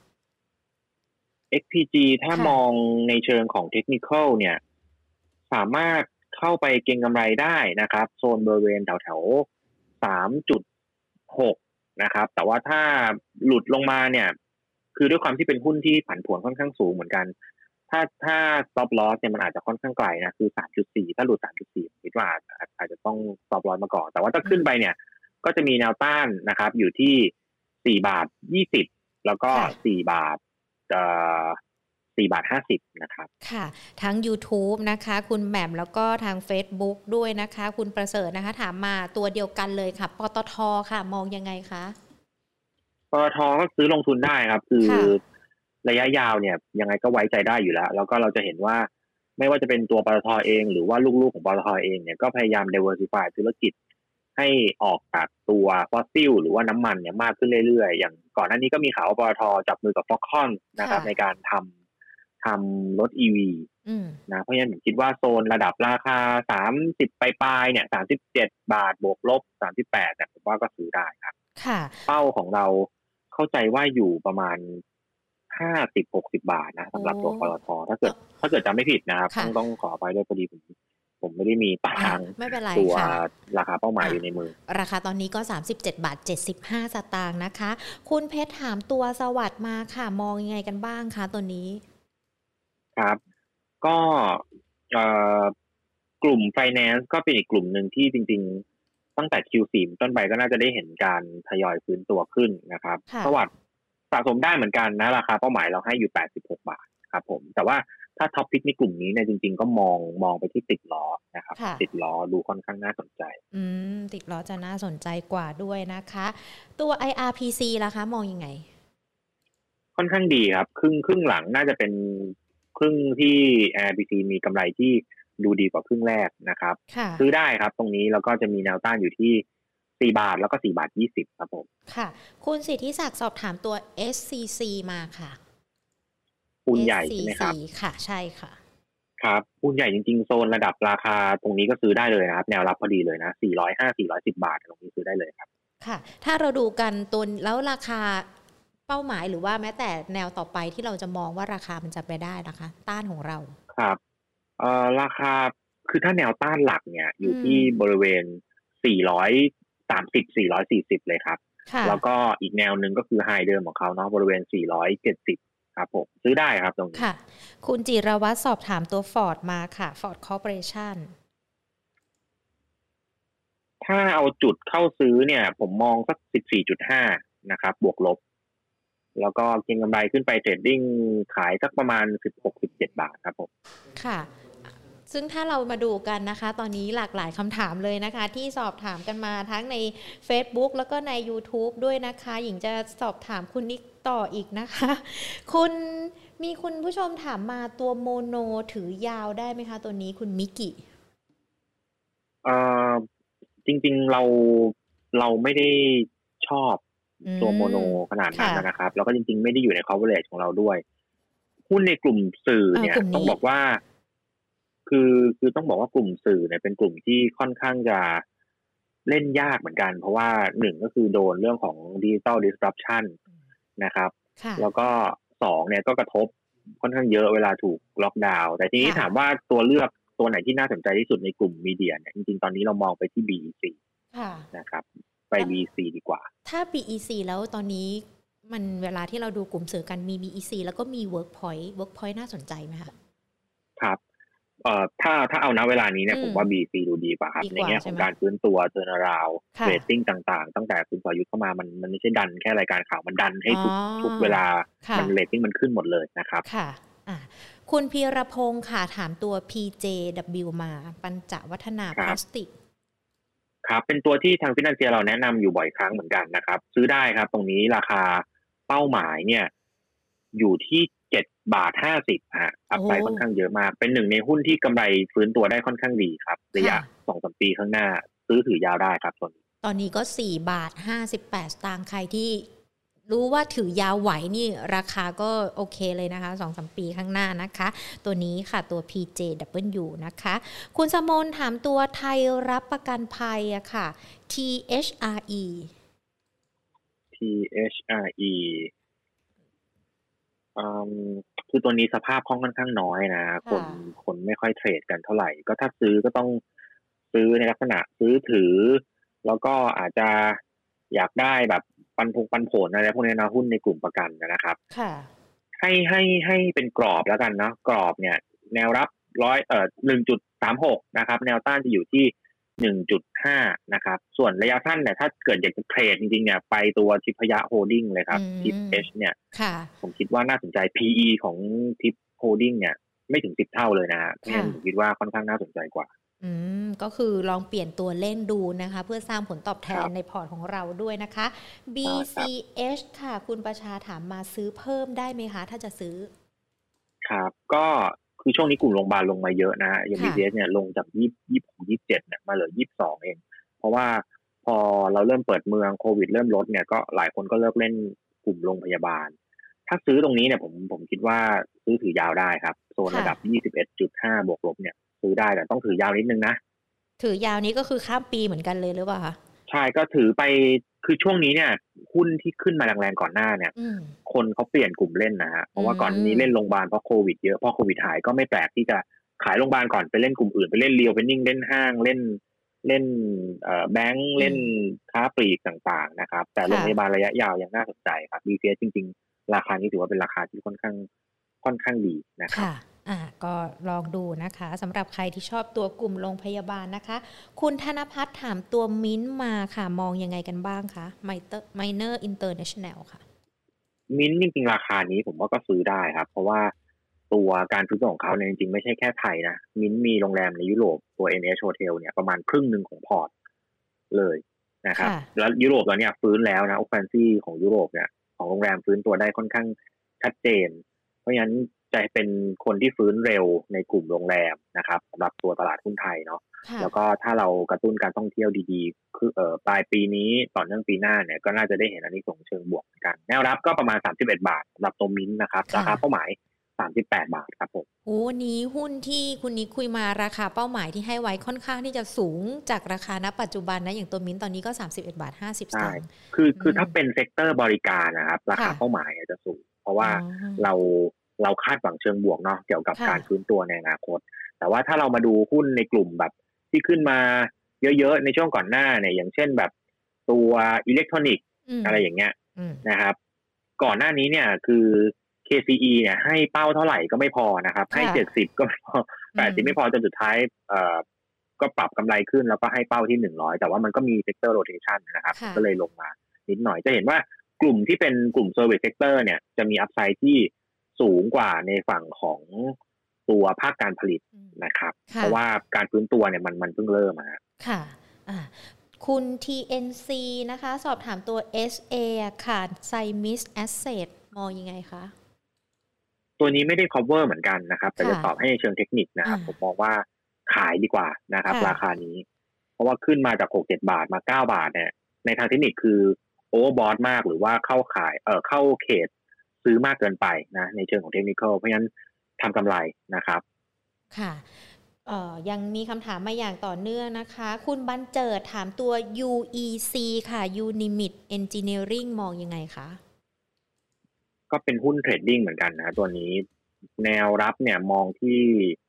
XPG ถ้ามค่ะองในเชิงของเทคนิคเนี่ยสามารถเข้าไปเก็งกำไรได้นะครับโซนบริเวณแถว3.6นะครับแต่ว่าถ้าหลุดลงมาเนี่ยคือด้วยความที่เป็นหุ้นที่ผันผวนค่อนข้างสูงเหมือนกันถ้า stop loss เนี่ยมันอาจจะค่อนข้างไกลนะคือ3.4ถ้าหลุด3.4คิดว่าอาจจะต้อง stop loss มาก่อนแต่ว่าถ้าขึ้นไปเนี่ยก็จะมีแนวต้านนะครับอยู่ที่4บาท20แล้วก็ค่ะ 4บาท4บาท50นะครับค่ะทั้ง YouTube นะคะคุณแหม่มแล้วก็ทาง Facebook ด้วยนะคะคุณประเสริฐนะคะถามมาตัวเดียวกันเลยค่ะปตทค่ะมองยังไงคะปตทก็ซื้อลงทุนได้ครับคือค่ะระยะยาวเนี่ยยังไงก็ไว้ใจได้อยู่แล้วก็เราจะเห็นว่าไม่ว่าจะเป็นตัวปตทเองหรือว่าลูกๆของปตทเองเนี่ยก็พยายาม diversify ธุรกิจให้ออกจากตัวฟอสซิลหรือว่าน้ำมันเนี่ยมากขึ้นเรื่อยๆอย่างก่อนหน้านี้ก็มีข่าวว่าปตทจับมือกับ Foxconn นะครับค่ะในการทำรถ EV นะเพราะฉะนั้นผมคิดว่าโซนระดับราคา30ปลายๆเนี่ย37บาทบวกลบ38เนี่ยผมว่าก็ซื้อได้ครับค่ะเป้าของเราเข้าใจว่าอยู่ประมาณ50-60บาทนะโอ้สำหรับตัวปตทถ้าเกิดจำไม่ผิดนะครับค่ะต้องขออภัยด้วยพอดีผมไม่ได้มีตารางไม่เป็นไรตัวค่ะราคาเป้าหมายอยู่ในมือราคาตอนนี้ก็37บาท75สตางค์นะคะคุณเพชรถามตัวสวัสด์มาค่ะมองยังไงกันบ้างคะตัวนี้ครับก็เอ่อกลุ่ม Finance ก็เป็นอีกกลุ่มหนึ่งที่จริงๆตั้งแต่ Q4 ต้นไปก็น่าจะได้เห็นการทยอยฟื้นตัวขึ้นนะครับค่ะสวัสดิ์สะสมได้เหมือนกันนะราคาเป้าหมายเราให้อยู่86บาทครับผมแต่ว่าถ้าท็อปพิกในกลุ่มนี้เนี่ยจริงๆก็มองไปที่ติดล้อนะครับค่ะติดล้อดูค่อนข้างน่าสนใจติดล้อจะน่าสนใจกว่าด้วยนะคะตัว IRPC ล่ะคะมองยังไงค่อนข้างดีครับครึ่งหลังน่าจะเป็นครึ่งที่ AIRPC มีกำไรที่ดูดีกว่าครึ่งแรกนะครับค่ะซื้อได้ครับตรงนี้แล้วก็จะมีแนวต้านอยู่ที่4บาทแล้วก็4บาท20ครับผมค่ะคุณสิทธิศักดิ์สอบถามตัว SCC มาค่ะปูนใหญ่ใช่ไหมครับ SCC ค่ะใช่ค่ะครับปูนใหญ่จริงๆโซนระดับราคาตรงนี้ก็ซื้อได้เลยนะครับแนวรับพอดีเลยนะ410บาทตรงนี้ซื้อได้เลยครับค่ะถ้าเราดูกันตัวแล้วราคาเป้าหมายหรือว่าแม้แต่แนวต่อไปที่เราจะมองว่าราคามันจะไปได้นะคะต้านของเราครับราคาคือถ้าแนวต้านหลักเนี่ยอยู่ที่มบริเวณ430 440เลยครับค่ะแล้วก็อีกแนวหนึ่งก็คือไฮเดิมของเขาเนาะบริเวณ470ครับผมซื้อได้ครับตรงนี้ค่ะคุณจิรวัตรสอบถามตัว Ford มาค่ะ Ford Corporation ถ้าเอาจุดเข้าซื้อเนี่ยผมมองสัก14.5นะครับบวกลบแล้วก็เก็งกำไรขึ้นไปเทรดดิ้งขายสักประมาณ16-17บาทครับผมค่ะซึ่งถ้าเรามาดูกันนะคะตอนนี้หลากหลายคำถามเลยนะคะที่สอบถามกันมาทั้งใน Facebook แล้วก็ใน YouTube ด้วยนะคะหญิงจะสอบถามคุณนิกต่ออีกนะคะมีคุณผู้ชมถามมาตัวโมโนถือยาวได้ไหมคะตัวนี้คุณมิกิเอ่อจริงๆเราไม่ได้ชอบอืตัวโมโนมขนาดนั้นค่ะนะครับแล้วก็จริงๆไม่ได้อยู่ใน coverage ของเราด้วยหุ้นในกลุ่มสื่อเนี่ยกลุ่มนี้ต้องบอกว่าคือต้องบอกว่ากลุ่มสื่อเนี่ยเป็นกลุ่มที่ค่อนข้างจะเล่นยากเหมือนกันเพราะว่าหนึ่งก็คือโดนเรื่องของ Digital Disruption นะครับค่ะแล้วก็สองเนี่ยก็กระทบค่อนข้างเยอะเวลาถูกล็อกดาวน์แต่ทีนี้ค่ะถามว่าตัวเลือกตัวไหนที่น่าสนใจที่สุดในกลุ่มมีเดียเนี่ยจริงๆตอนนี้เรามองไปที่ BEC ค่ะนะครับไป BEC ดีกว่าถ้า BEC แล้วตอนนี้มันเวลาที่เราดูกลุ่มสื่อกันมี BEC แล้วก็มี Workpoint น่าสนใจไหมคะครับถ้าเอาณเวลานี้เนี่ยผมว่า BEC ดูดีกว่าครับดีกว่าในแง่ขใช่ไหมองการฟื้นตัวเทอร์นาราวเรค่ะตติ้งต่างๆตั้งแต่คุณสรยุทธ์เข้ามามันไม่ใช่ดันแค่รายการข่าวมันดันให้อ๋อทุกเวลาค่ะมันเรตติ้งมันขึ้นหมดเลยนะครับค่ะอ่ะคุณพีรพงศ์ค่ะถามตัว PJW มาปัญจวัฒนาครับพลาสติกครับเป็นตัวที่ทางฟินแลนเซียเราแนะนำอยู่บ่อยครั้งเหมือนกันนะครับซื้อได้ครับตรงนี้ราคาเป้าหมายเนี่ยอยู่ที่7.50 บาทฮะอัพโอ้ไซด์ค่อนข้างเยอะมากเป็นหนึ่งในหุ้นที่กำไรฟื้นตัวได้ค่อนข้างดีครับระค่ะยะ2-3 ปีข้างหน้าซื้อถือยาวได้ครับส่วนนี้ตอนนี้ก็4.58 บาทสตางค์ใครที่รู้ว่าถือยาวไหวนี่ราคาก็โอเคเลยนะคะ2-3 ปีข้างหน้านะคะตัวนี้ค่ะตัว PJW นะคะคุณสมนถามตัวไทยรับประกันภัยอะค่ะ THRE THRE อืมคือตัวนี้สภาพคล่องค่อนข้างน้อยนะคค่ะนคนไม่ค่อยเทรดกันเท่าไหร่ก็ถ้าซื้อก็ต้องซื้อในลักษณะซื้อถือแล้วก็อาจจะอยากได้แบบปันผลอะไรพวกนี้นะหุ้นในกลุ่มประกันนะครับค่ะให้เป็นกรอบแล้วกันเนาะกรอบเนี่ยแนวรับ1.36นะครับแนวต้านจะอยู่ที่1.5นะครับส่วนระยะสั้นเนี่ยถ้าเกิดอยากจะเทรดจริงๆเนี่ยไปตัวทิพยะโฮลดิ้งเลยคอืรับทิพมเอชเนี่ยค่ะผมคิดว่าน่าสนใจ PE ของทิปโฮลดิ้งเนี่ยไม่ถึง10 เท่าเลยนะเพราะงั้ค่ะนผมคิดว่าค่อนข้างน่าสนใจกว่าก็คือลองเปลี่ยนตัวเล่นดูนะคะเพื่อสร้างผลตอบแทครับนในพอร์ตของเราด้วยนะคะใช่ครับ BCH ค่ะคุณประชาถามมาซื้อเพิ่มได้ไหมคะถ้าจะซื้อครับก็คือช่วงนี้กลุ่มโรงพยาบาลลงมาเยอะนะอย่างค่ะ BTS เนี่ยลงจาก26-27เนี่ยมาเหลือ22เองเพราะว่าพอเราเริ่มเปิดเมืองโควิดเริ่มลดเนี่ยก็หลายคนก็เลิกเล่นกลุ่มโรงพยาบาลถ้าซื้อตรงนี้เนี่ยผมคิดว่าซื้อถือยาวได้ครับโซนค่ะระดับ21.5บวกลบเนี่ยซื้อได้แต่ต้องถือยาวนิดนึงนะถือยาวนี้ก็คือข้ามปีเหมือนกันเลยหรือเปล่าคะใช่ก็ถือไปคือช่วงนี้เนี่ยหุ้นที่ขึ้นมาแรงๆก่อนหน้าเนี่ยอืมคนเขาเปลี่ยนกลุ่มเล่นนะฮะเพอืราะว่าก่อนนี้เล่นโรงพยาบาลเพราะโควิดเยอะพอโควิดหายก็ไม่แปลกที่จะขายโรงพยาบาลก่อนไปเล่นกลุ่มอื่นไปเล่นเรียวไปนิ่งเล่นห้างเล่นแบงก์เล่นค้าปลีกต่างๆนะครับแต่โรงค่ะพยาบาลระยะยาวยังน่าสนใจครับ BCS จริงๆราคานี้ถือว่าเป็นราคาที่ค่อนข้างดีนะครับค่ะก็ลองดูนะคะสำหรับใครที่ชอบตัวกลุ่มโรงพยาบาลนะคะคุณธนพัฒน์ถามตัวมิ้นท์มาค่ะมองยังไงกันบ้างคะMiner International ค่ะมิ้นท์จริงๆราคานี้ผมว่าก็ซื้อได้ครับเพราะว่าตัวการซื้อตัวของเขาเนี่ยจริงๆไม่ใช่แค่ไทยนะมิ้นท์มีโรงแรมในยุโรปตัว NH Hotel เนี่ยประมาณครึ่งหนึ่งของพอร์ตเลยนะครับค่ะแล้วยุโรปตอนนี้ฟื้นแล้วนะ occupancy ของยุโรปเนี่ยของโรงแรมฟื้นตัวได้ค่อนข้างชัดเจนเพราะฉะนั้นจะเป็นคนที่ฟื้นเร็วในกลุ่มโรงแรมนะครับสำหรับตัวตลาดหุ้นไทยเนาะค่ะแล้วก็ถ้าเรากระตุ้นการท่องเที่ยวดีๆคือปลายปีนี้ต่อเนื่องปีหน้าเนี่ยก็น่าจะได้เห็นอันนี้ส่งส์เชิงบวกกันแนวรับก็ประมาณ31 บาทสำหรับตัวมิ้นท์นะครับราค่ะคาเป้าหมาย38 บาทครับผมโอ้วันนี้หุ้นที่คุณนิกคุยมาราคาเป้าหมายที่ให้ไว้ค่อนข้างที่จะสูงจากราคาณปัจจุบันนะอย่างตัวมิ้นท์ตอนนี้ก็31.50 สใช่ตางค์คือถ้าอืมเป็นเซกเตอร์บริการนะครับราคาค่ะเป้าหมายจะสูงเพราะอ๋ว่าอเราเราคาดหวังเชิงบวกเนาะเกี่ยวกับค่ะการฟื้นตัวในอนาคตแต่ว่าถ้าเรามาดูหุ้นในกลุ่มแบบที่ขึ้นมาเยอะๆในช่วงก่อนหน้าเนี่ยอย่างเช่นแบบตัวอิเล็กทรอนิกส์อืมอะไรอย่างเงี้ยอืมนะครับก่อนหน้านี้เนี่ยคือ KCE เนี่ยให้เป้าเท่าไหร่ก็ไม่พอนะครับให้ค่ะ 70ก็ไม่พอ80ไม่พอจนสุดท้ายก็ปรับกำไรขึ้นแล้วก็ให้เป้าที่100แต่ว่ามันก็มี sector rotation นะครับค่ะก็เลยลงมานิดหน่อยจะเห็นว่ากลุ่มที่เป็นกลุ่ม service sector เนี่ยจะมี upside ที่สูงกว่าในฝั่งของตัวภาคการผลิตอืมนะครับเพค่ะราะว่าการฟื้นตัวเนี่ยมันเพิ่งเริ่มฮะค่ะอ่า คุณ TNC นะคะสอบถามตัว SA อะค่ะ Simis Asset มองยังไงคะตัวนี้ไม่ได้ cover เหมือนกันนะครับแต่จะค่ะตอบให้ในเชิงเทคนิคนะครับผมมองว่าขายดีกว่านะครับค่ะราคานี้เพราะว่าขึ้นมาจาก6-7 บาทมา9 บาทเนี่ยในทางเทคนิคคือโอเวอร์บอทมากหรือว่าเข้าเขตซื้อมากเกินไปนะในเชิงของเทคนิคเพราะฉะนั้นทำกำไรนะครับค่ะยังมีคำถามมาอย่างต่อเนื่องนะคะ คุณบันเจิดถามตัว UEC ค่ะ Unimit Engineering มองยังไงคะก็เป็นหุ้นเทรดดิ้งเหมือนกันนะตัวนี้แนวรับเนี่ยมองที่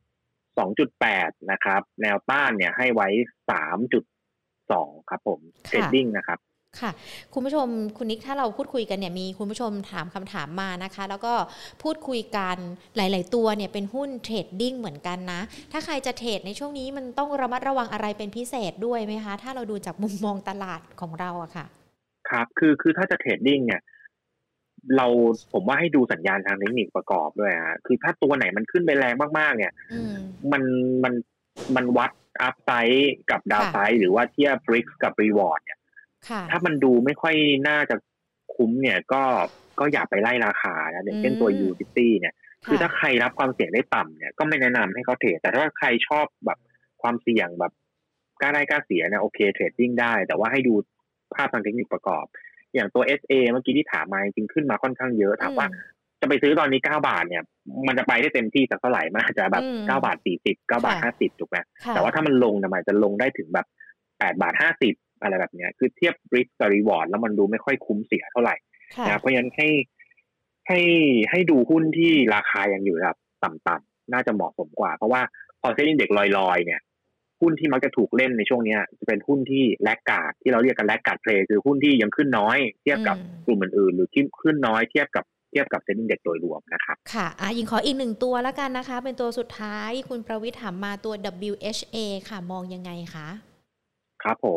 2.8นะครับแนวต้านเนี่ยให้ไว้3.2ครับผมเทรดค่ะดิ้งนะครับค่ะคุณผู้ชมคุณนิกถ้าเราพูดคุยกันเนี่ยมีคุณผู้ชมถามคำถามมานะคะแล้วก็พูดคุยกันหลายๆตัวเนี่ยเป็นหุ้นเทรดดิ้งเหมือนกันนะถ้าใครจะเทรดในช่วงนี้มันต้องระมัดระวังอะไรเป็นพิเศษด้วยไหมคะถ้าเราดูจากมุมมองตลาดของเราอะค่ะครับคือถ้าจะเทรดดิ้งเนี่ยเราผมว่าให้ดูสัญญาณทางเทคนิคประกอบด้วยฮะคือถ้าตัวไหนมันขึ้นไปแรงมากๆเนี่ยมันมันมันวัดอัพไซด์กับดาวไซด์หรือว่าเทียบริสกับรีวอร์ดเนี่ยถ้ามันดูไม่ค่อยน่าจะคุ้มเนี่ยก็อย่าไปไล่ราคานะอย่างเช่นตัว Utility เนี่ยคือถ้าใครรับความเสี่ยงได้ต่ำเนี่ยก็ไม่แนะนำให้เขาเทรดแต่ถ้าใครชอบแบบความเสี่ยงแบบกล้าได้กล้าเสียเนี่ยโอเคเทรดดิ้งได้แต่ว่าให้ดูภาพทางเทคนิคประกอบอย่างตัว SA เมื่อกี้ที่ถามมาจริงขึ้นมาค่อนข้างเยอะถามว่าจะไปซื้อตอนนี้9 บาทเนี่ยมันจะไปได้เต็มที่สักเท่าไหร่มันอาจจะแบบ9 บาท 40 9 บาท 50ถูกไหมแต่ว่าถ้ามันลงเนี่ยมันจะลงได้ถึงแบบ8 บาท 50อะไรแบบนี้คือเทียบ risk กับ reward แล้วมันดูไม่ค่อยคุ้มเสียเท่าไหร่นะเพราะฉะนั้นให้ดูหุ้นที่ราคายังอยู่ระดับต่ำๆน่าจะเหมาะสมกว่าเพราะว่าพอเซ็นดิ้งเด็กลอยๆเนี่ยหุ้นที่มักจะถูกเล่นในช่วงนี้จะเป็นหุ้นที่แลกการ์ดที่เราเรียกกันแลกการ์ดเพลย์คือหุ้นที่ยังขึ้นน้อยเทียบกับกลุ่มอื่นๆหรือที่ขึ้นน้อยเทียบกับเซ็นดิ้งเด็กโดยรวมนะครับค่ะยิงขออีก1ตัวแล้วกันนะคะเป็นตัวสุดท้ายคุณประวิทย์ถามมาตัว WHA ค่ะมองยังไงคะครับผม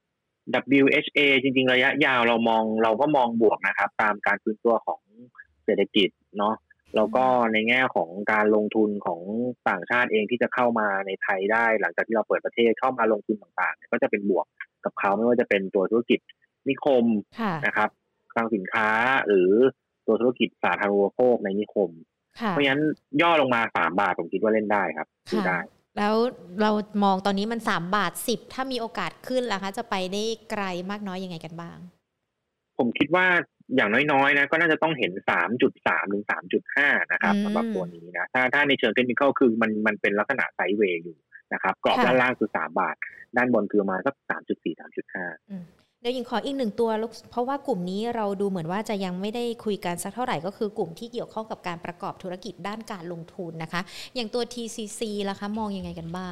WHA จริงๆระยะยาวเราก็มองบวกนะครับตามการฟื้นตัวของเศรษฐกิจเนาะแล้วก็ในแง่ของการลงทุนของต่างชาติเองที่จะเข้ามาในไทยได้หลังจากที่เราเปิดประเทศเข้ามาลงทุนต่างๆก็จะเป็นบวกกับเขาไม่ว่าจะเป็นตัวธุรกิจนิคมนะครับคลังสินค้าหรือตัวธุรกิจสาธารณูปโภคในนิคมเพราะฉะนั้นย่อลงมา3 บาทผมคิดว่าเล่นได้ครับดูได้แล้วเรามองตอนนี้มัน3 บาท 10ถ้ามีโอกาสขึ้นล่ะคะจะไปได้ไกลมากน้อยยังไงกันบ้างผมคิดว่าอย่างน้อยๆนะก็น่าจะต้องเห็น 3.3 ถึง 3.5 นะครับสำหรับตัวนี้นะถ้าในเชิงเทคนิคคือมันเป็นลักษณะไซด์เวย์อยู่นะครับกรอบด้านล่างคือ3 บาทด้านบนคือมาสัก 3.4 3.5 เดี๋ยวหญิงขออีก1ตัวเพราะว่ากลุ่มนี้เราดูเหมือนว่าจะยังไม่ได้คุยกันสักเท่าไหร่ก็คือกลุ่มที่เกี่ยวข้องกับการประกอบธุรกิจด้านการลงทุนนะคะอย่างตัว TCC ล่ะคะมองยังไงกันบ้าง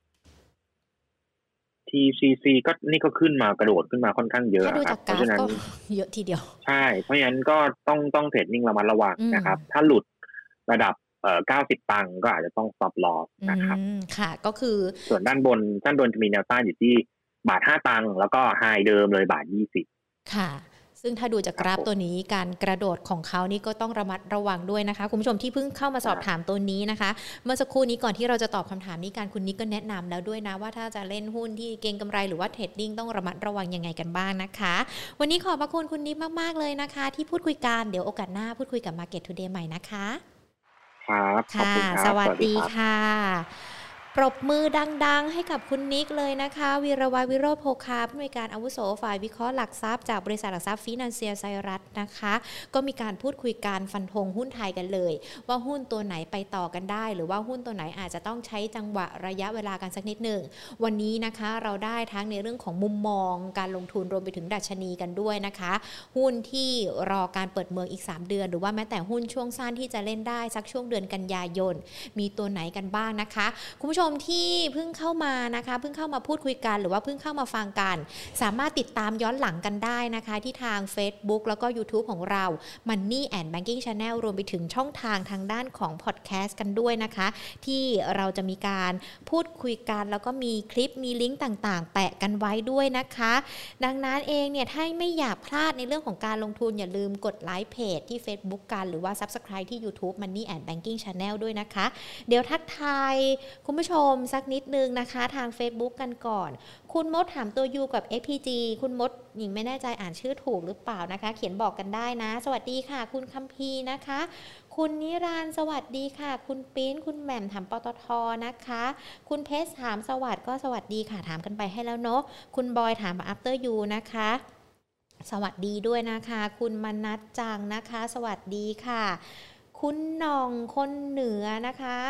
TCC ก็นี่ก็ขึ้นมากระโดดขึ้นมาค่อนข้างเยอะครับเพราะฉะนั้นเยอะทีเดียวใช่เพราะฉะนั้นก็ต้องเทรดนิ่งระมัดระวังนะครับถ้าหลุดระดับ90 ตังค์ก็อาจจะต้อง stop loss นะครับค่ะก็คือส่วนด้านบนจะมีแนวต้านอยู่ที่บาท5 ตังค์แล้วก็ไฮเดิมเลยบาท20 ค่ะซึ่งถ้าดูจากกราฟตัวนี้การกระโดดของเขานี่ก็ต้องระมัดระวังด้วยนะคะคุณผู้ชมที่เพิ่งเข้ามาสอบถามตัวนี้นะคะเมื่อสักครู่นี้ก่อนที่เราจะตอบคำถามนี้การคุณนิกก็แนะนำแล้วด้วยนะว่าถ้าจะเล่นหุ้นที่เก็งกำไรหรือว่าเทรดดิ้งต้องระมัดระวังยังไงกันบ้างนะคะวันนี้ขอบพระคุณคุณนิกมากๆเลยนะคะที่พูดคุยกันเดี๋ยวโอกาสหน้าพูดคุยกับ Market Today ใหม่นะคะครับขอบคุณครับสวัสดีค่ะปรบมือดังๆให้กับคุณนิกเลยนะคะวีรวัฒน์วิโรจน์โภคาผู้อำนวยการอาวุโสฝ่ายวิเคราะห์หลักทรัพย์จากบริษัทหลักทรัพย์ฟินันเซียไซรัสนะคะก็มีการพูดคุยการฟันธงหุ้นไทยกันเลยว่าหุ้นตัวไหนไปต่อกันได้หรือว่าหุ้นตัวไหนอาจจะต้องใช้จังหวะระยะเวลากันสักนิดหนึ่งวันนี้นะคะเราได้ทั้งในเรื่องของมุมมองการลงทุนรวมไปถึงดัชนีกันด้วยนะคะหุ้นที่รอการเปิดเมืองอีก3 เดือนหรือว่าแม้แต่หุ้นช่วงสั้นที่จะเล่นได้สักช่วงเดือนกันยายนมีตัวไหนกันบ้างนะคะคุณผู้ชมที่เพิ่งเข้ามานะคะเพิ่งเข้ามาพูดคุยกันหรือว่าเพิ่งเข้ามาฟังกันสามารถติดตามย้อนหลังกันได้นะคะที่ทาง Facebook แล้วก็ YouTube ของเรา Money and Banking Channel รวมไปถึงช่องทางด้านของ Podcast กันด้วยนะคะที่เราจะมีการพูดคุยกันแล้วก็มีคลิปมีลิงก์ต่างๆแปะกันไว้ด้วยนะคะดังนั้นเองเนี่ยถ้าไม่อยากพลาดในเรื่องของการลงทุนอย่าลืมกดไลค์เพจที่ Facebook กันหรือว่า Subscribe ที่ YouTube Money and Banking Channel ด้วยนะคะเดี๋ยวทักทายคุณผู้ชมสักนิดนึงนะคะทาง Facebook กันก่อนคุณมดถามตัว U กับ FPG คุณมดหญิงไม่แน่ใจอ่านชื่อถูกหรือเปล่านะคะเขียนบอกกันได้นะสวัสดีค่ะคุณคัมพีนะคะคุณนิรันดร์สวัสดีค่ะคุณปิ้นคุณแหม่มถามปตทนะคะคุณเพชรถามสวัสดีก็สวัสดีค่ะถามกันไปให้แล้วเนาะคุณบอยถามมา After You นะคะสวัสดีด้วยนะคะคุณมนัสจังนะคะสวัสดีค่ะคุณหน่องคนเหนือนะคะ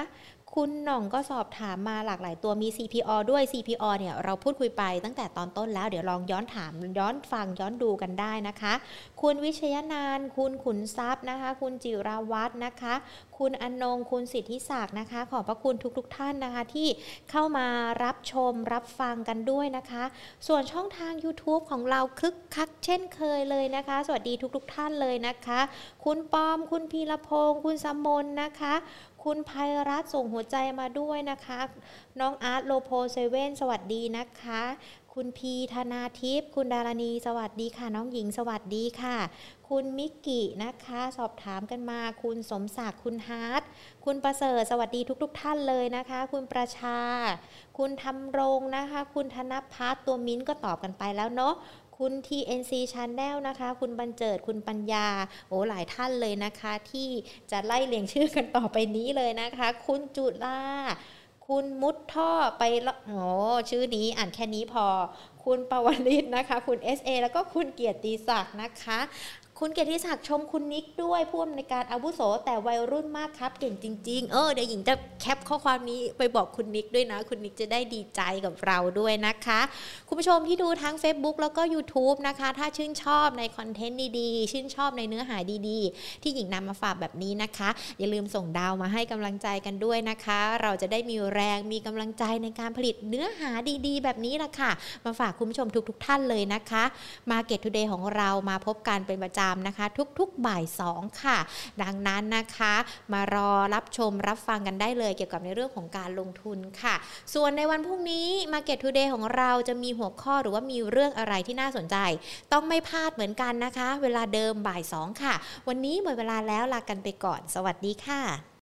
คุณหน่องก็สอบถามมาหลากหลายตัวมี CPO ด้วย CPO เนี่ยเราพูดคุยไปตั้งแต่ตอนต้นแล้วเดี๋ยวลองย้อนถามย้อนฟังย้อนดูกันได้นะคะคุณวิชยนานท์คุณขุนทรัพย์นะคะคุณจิราวัฒน์นะคะคุณอนงคุณสิทธิศักดิ์นะคะขอบพระคุณทุกท่านนะคะที่เข้ามารับชมรับฟังกันด้วยนะคะส่วนช่องทาง YouTube ของเราคึกคักเช่นเคยเลยนะคะสวัสดีทุกท่านเลยนะคะคุณปอมคุณพีรพงศ์คุณสมนนะคะคุณภัยรัตน์ส่งหัวใจมาด้วยนะคะน้องอาร์ตโลโพเซเว่นสวัสดีนะคะคุณพีธนาทิพย์คุณดารณีสวัสดีค่ะน้องหญิงสวัสดีค่ะคุณมิกกี้นะคะสอบถามกันมาคุณสมศักดิ์คุณฮาร์ดคุณประเสริฐสวัสดีทุกท่านเลยนะคะคุณประชาคุณธำรงนะคะคุณธนภัทรตัวมิ้นก็ตอบกันไปแล้วเนาะคุณ TNC Channel นะคะคุณบรรเจิดคุณปัญญาโอ้หลายท่านเลยนะคะที่จะไล่เรียงชื่อกันต่อไปนี้เลยนะคะคุณจุฬาคุณมุดท่อไปโอ้ชื่อนี้อ่านแค่นี้พอคุณปวริศนะคะคุณ SA แล้วก็คุณเกียรติศักดิ์นะคะคุณเกียรติศักดิ์ชมคุณนิกด้วยผู้อำนวยการอาวุโสแต่วัยรุ่นมากครับเก่งจริงๆเดี๋ยวหญิงจะแคปข้อความนี้ไปบอกคุณนิกด้วยนะคุณนิกจะได้ดีใจกับเราด้วยนะคะคุณผู้ชมที่ดูทั้ง Facebook แล้วก็ YouTube นะคะถ้าชื่นชอบในคอนเทนต์ดีๆชื่นชอบในเนื้อหาดีๆที่หญิงนำมาฝากแบบนี้นะคะอย่าลืมส่งดาวมาให้กำลังใจกันด้วยนะคะเราจะได้มีแรงมีกำลังใจในการผลิตเนื้อหาดีๆแบบนี้ละค่ะมาฝากคุณผู้ชมทุกท่านเลยนะคะ Market Today ของเรามาพบกันเป็นประจำนะคะทุกๆบ่าย2ค่ะดังนั้นนะคะมารอรับชมรับฟังกันได้เลยเกี่ยวกับในเรื่องของการลงทุนค่ะส่วนในวันพรุ่งนี้ Market Today ของเราจะมีหัวข้อหรือว่ามีเรื่องอะไรที่น่าสนใจต้องไม่พลาดเหมือนกันนะคะเวลาเดิมบ่าย2ค่ะวันนี้หมดเวลาแล้วลากันไปก่อนสวัสดีค่ะ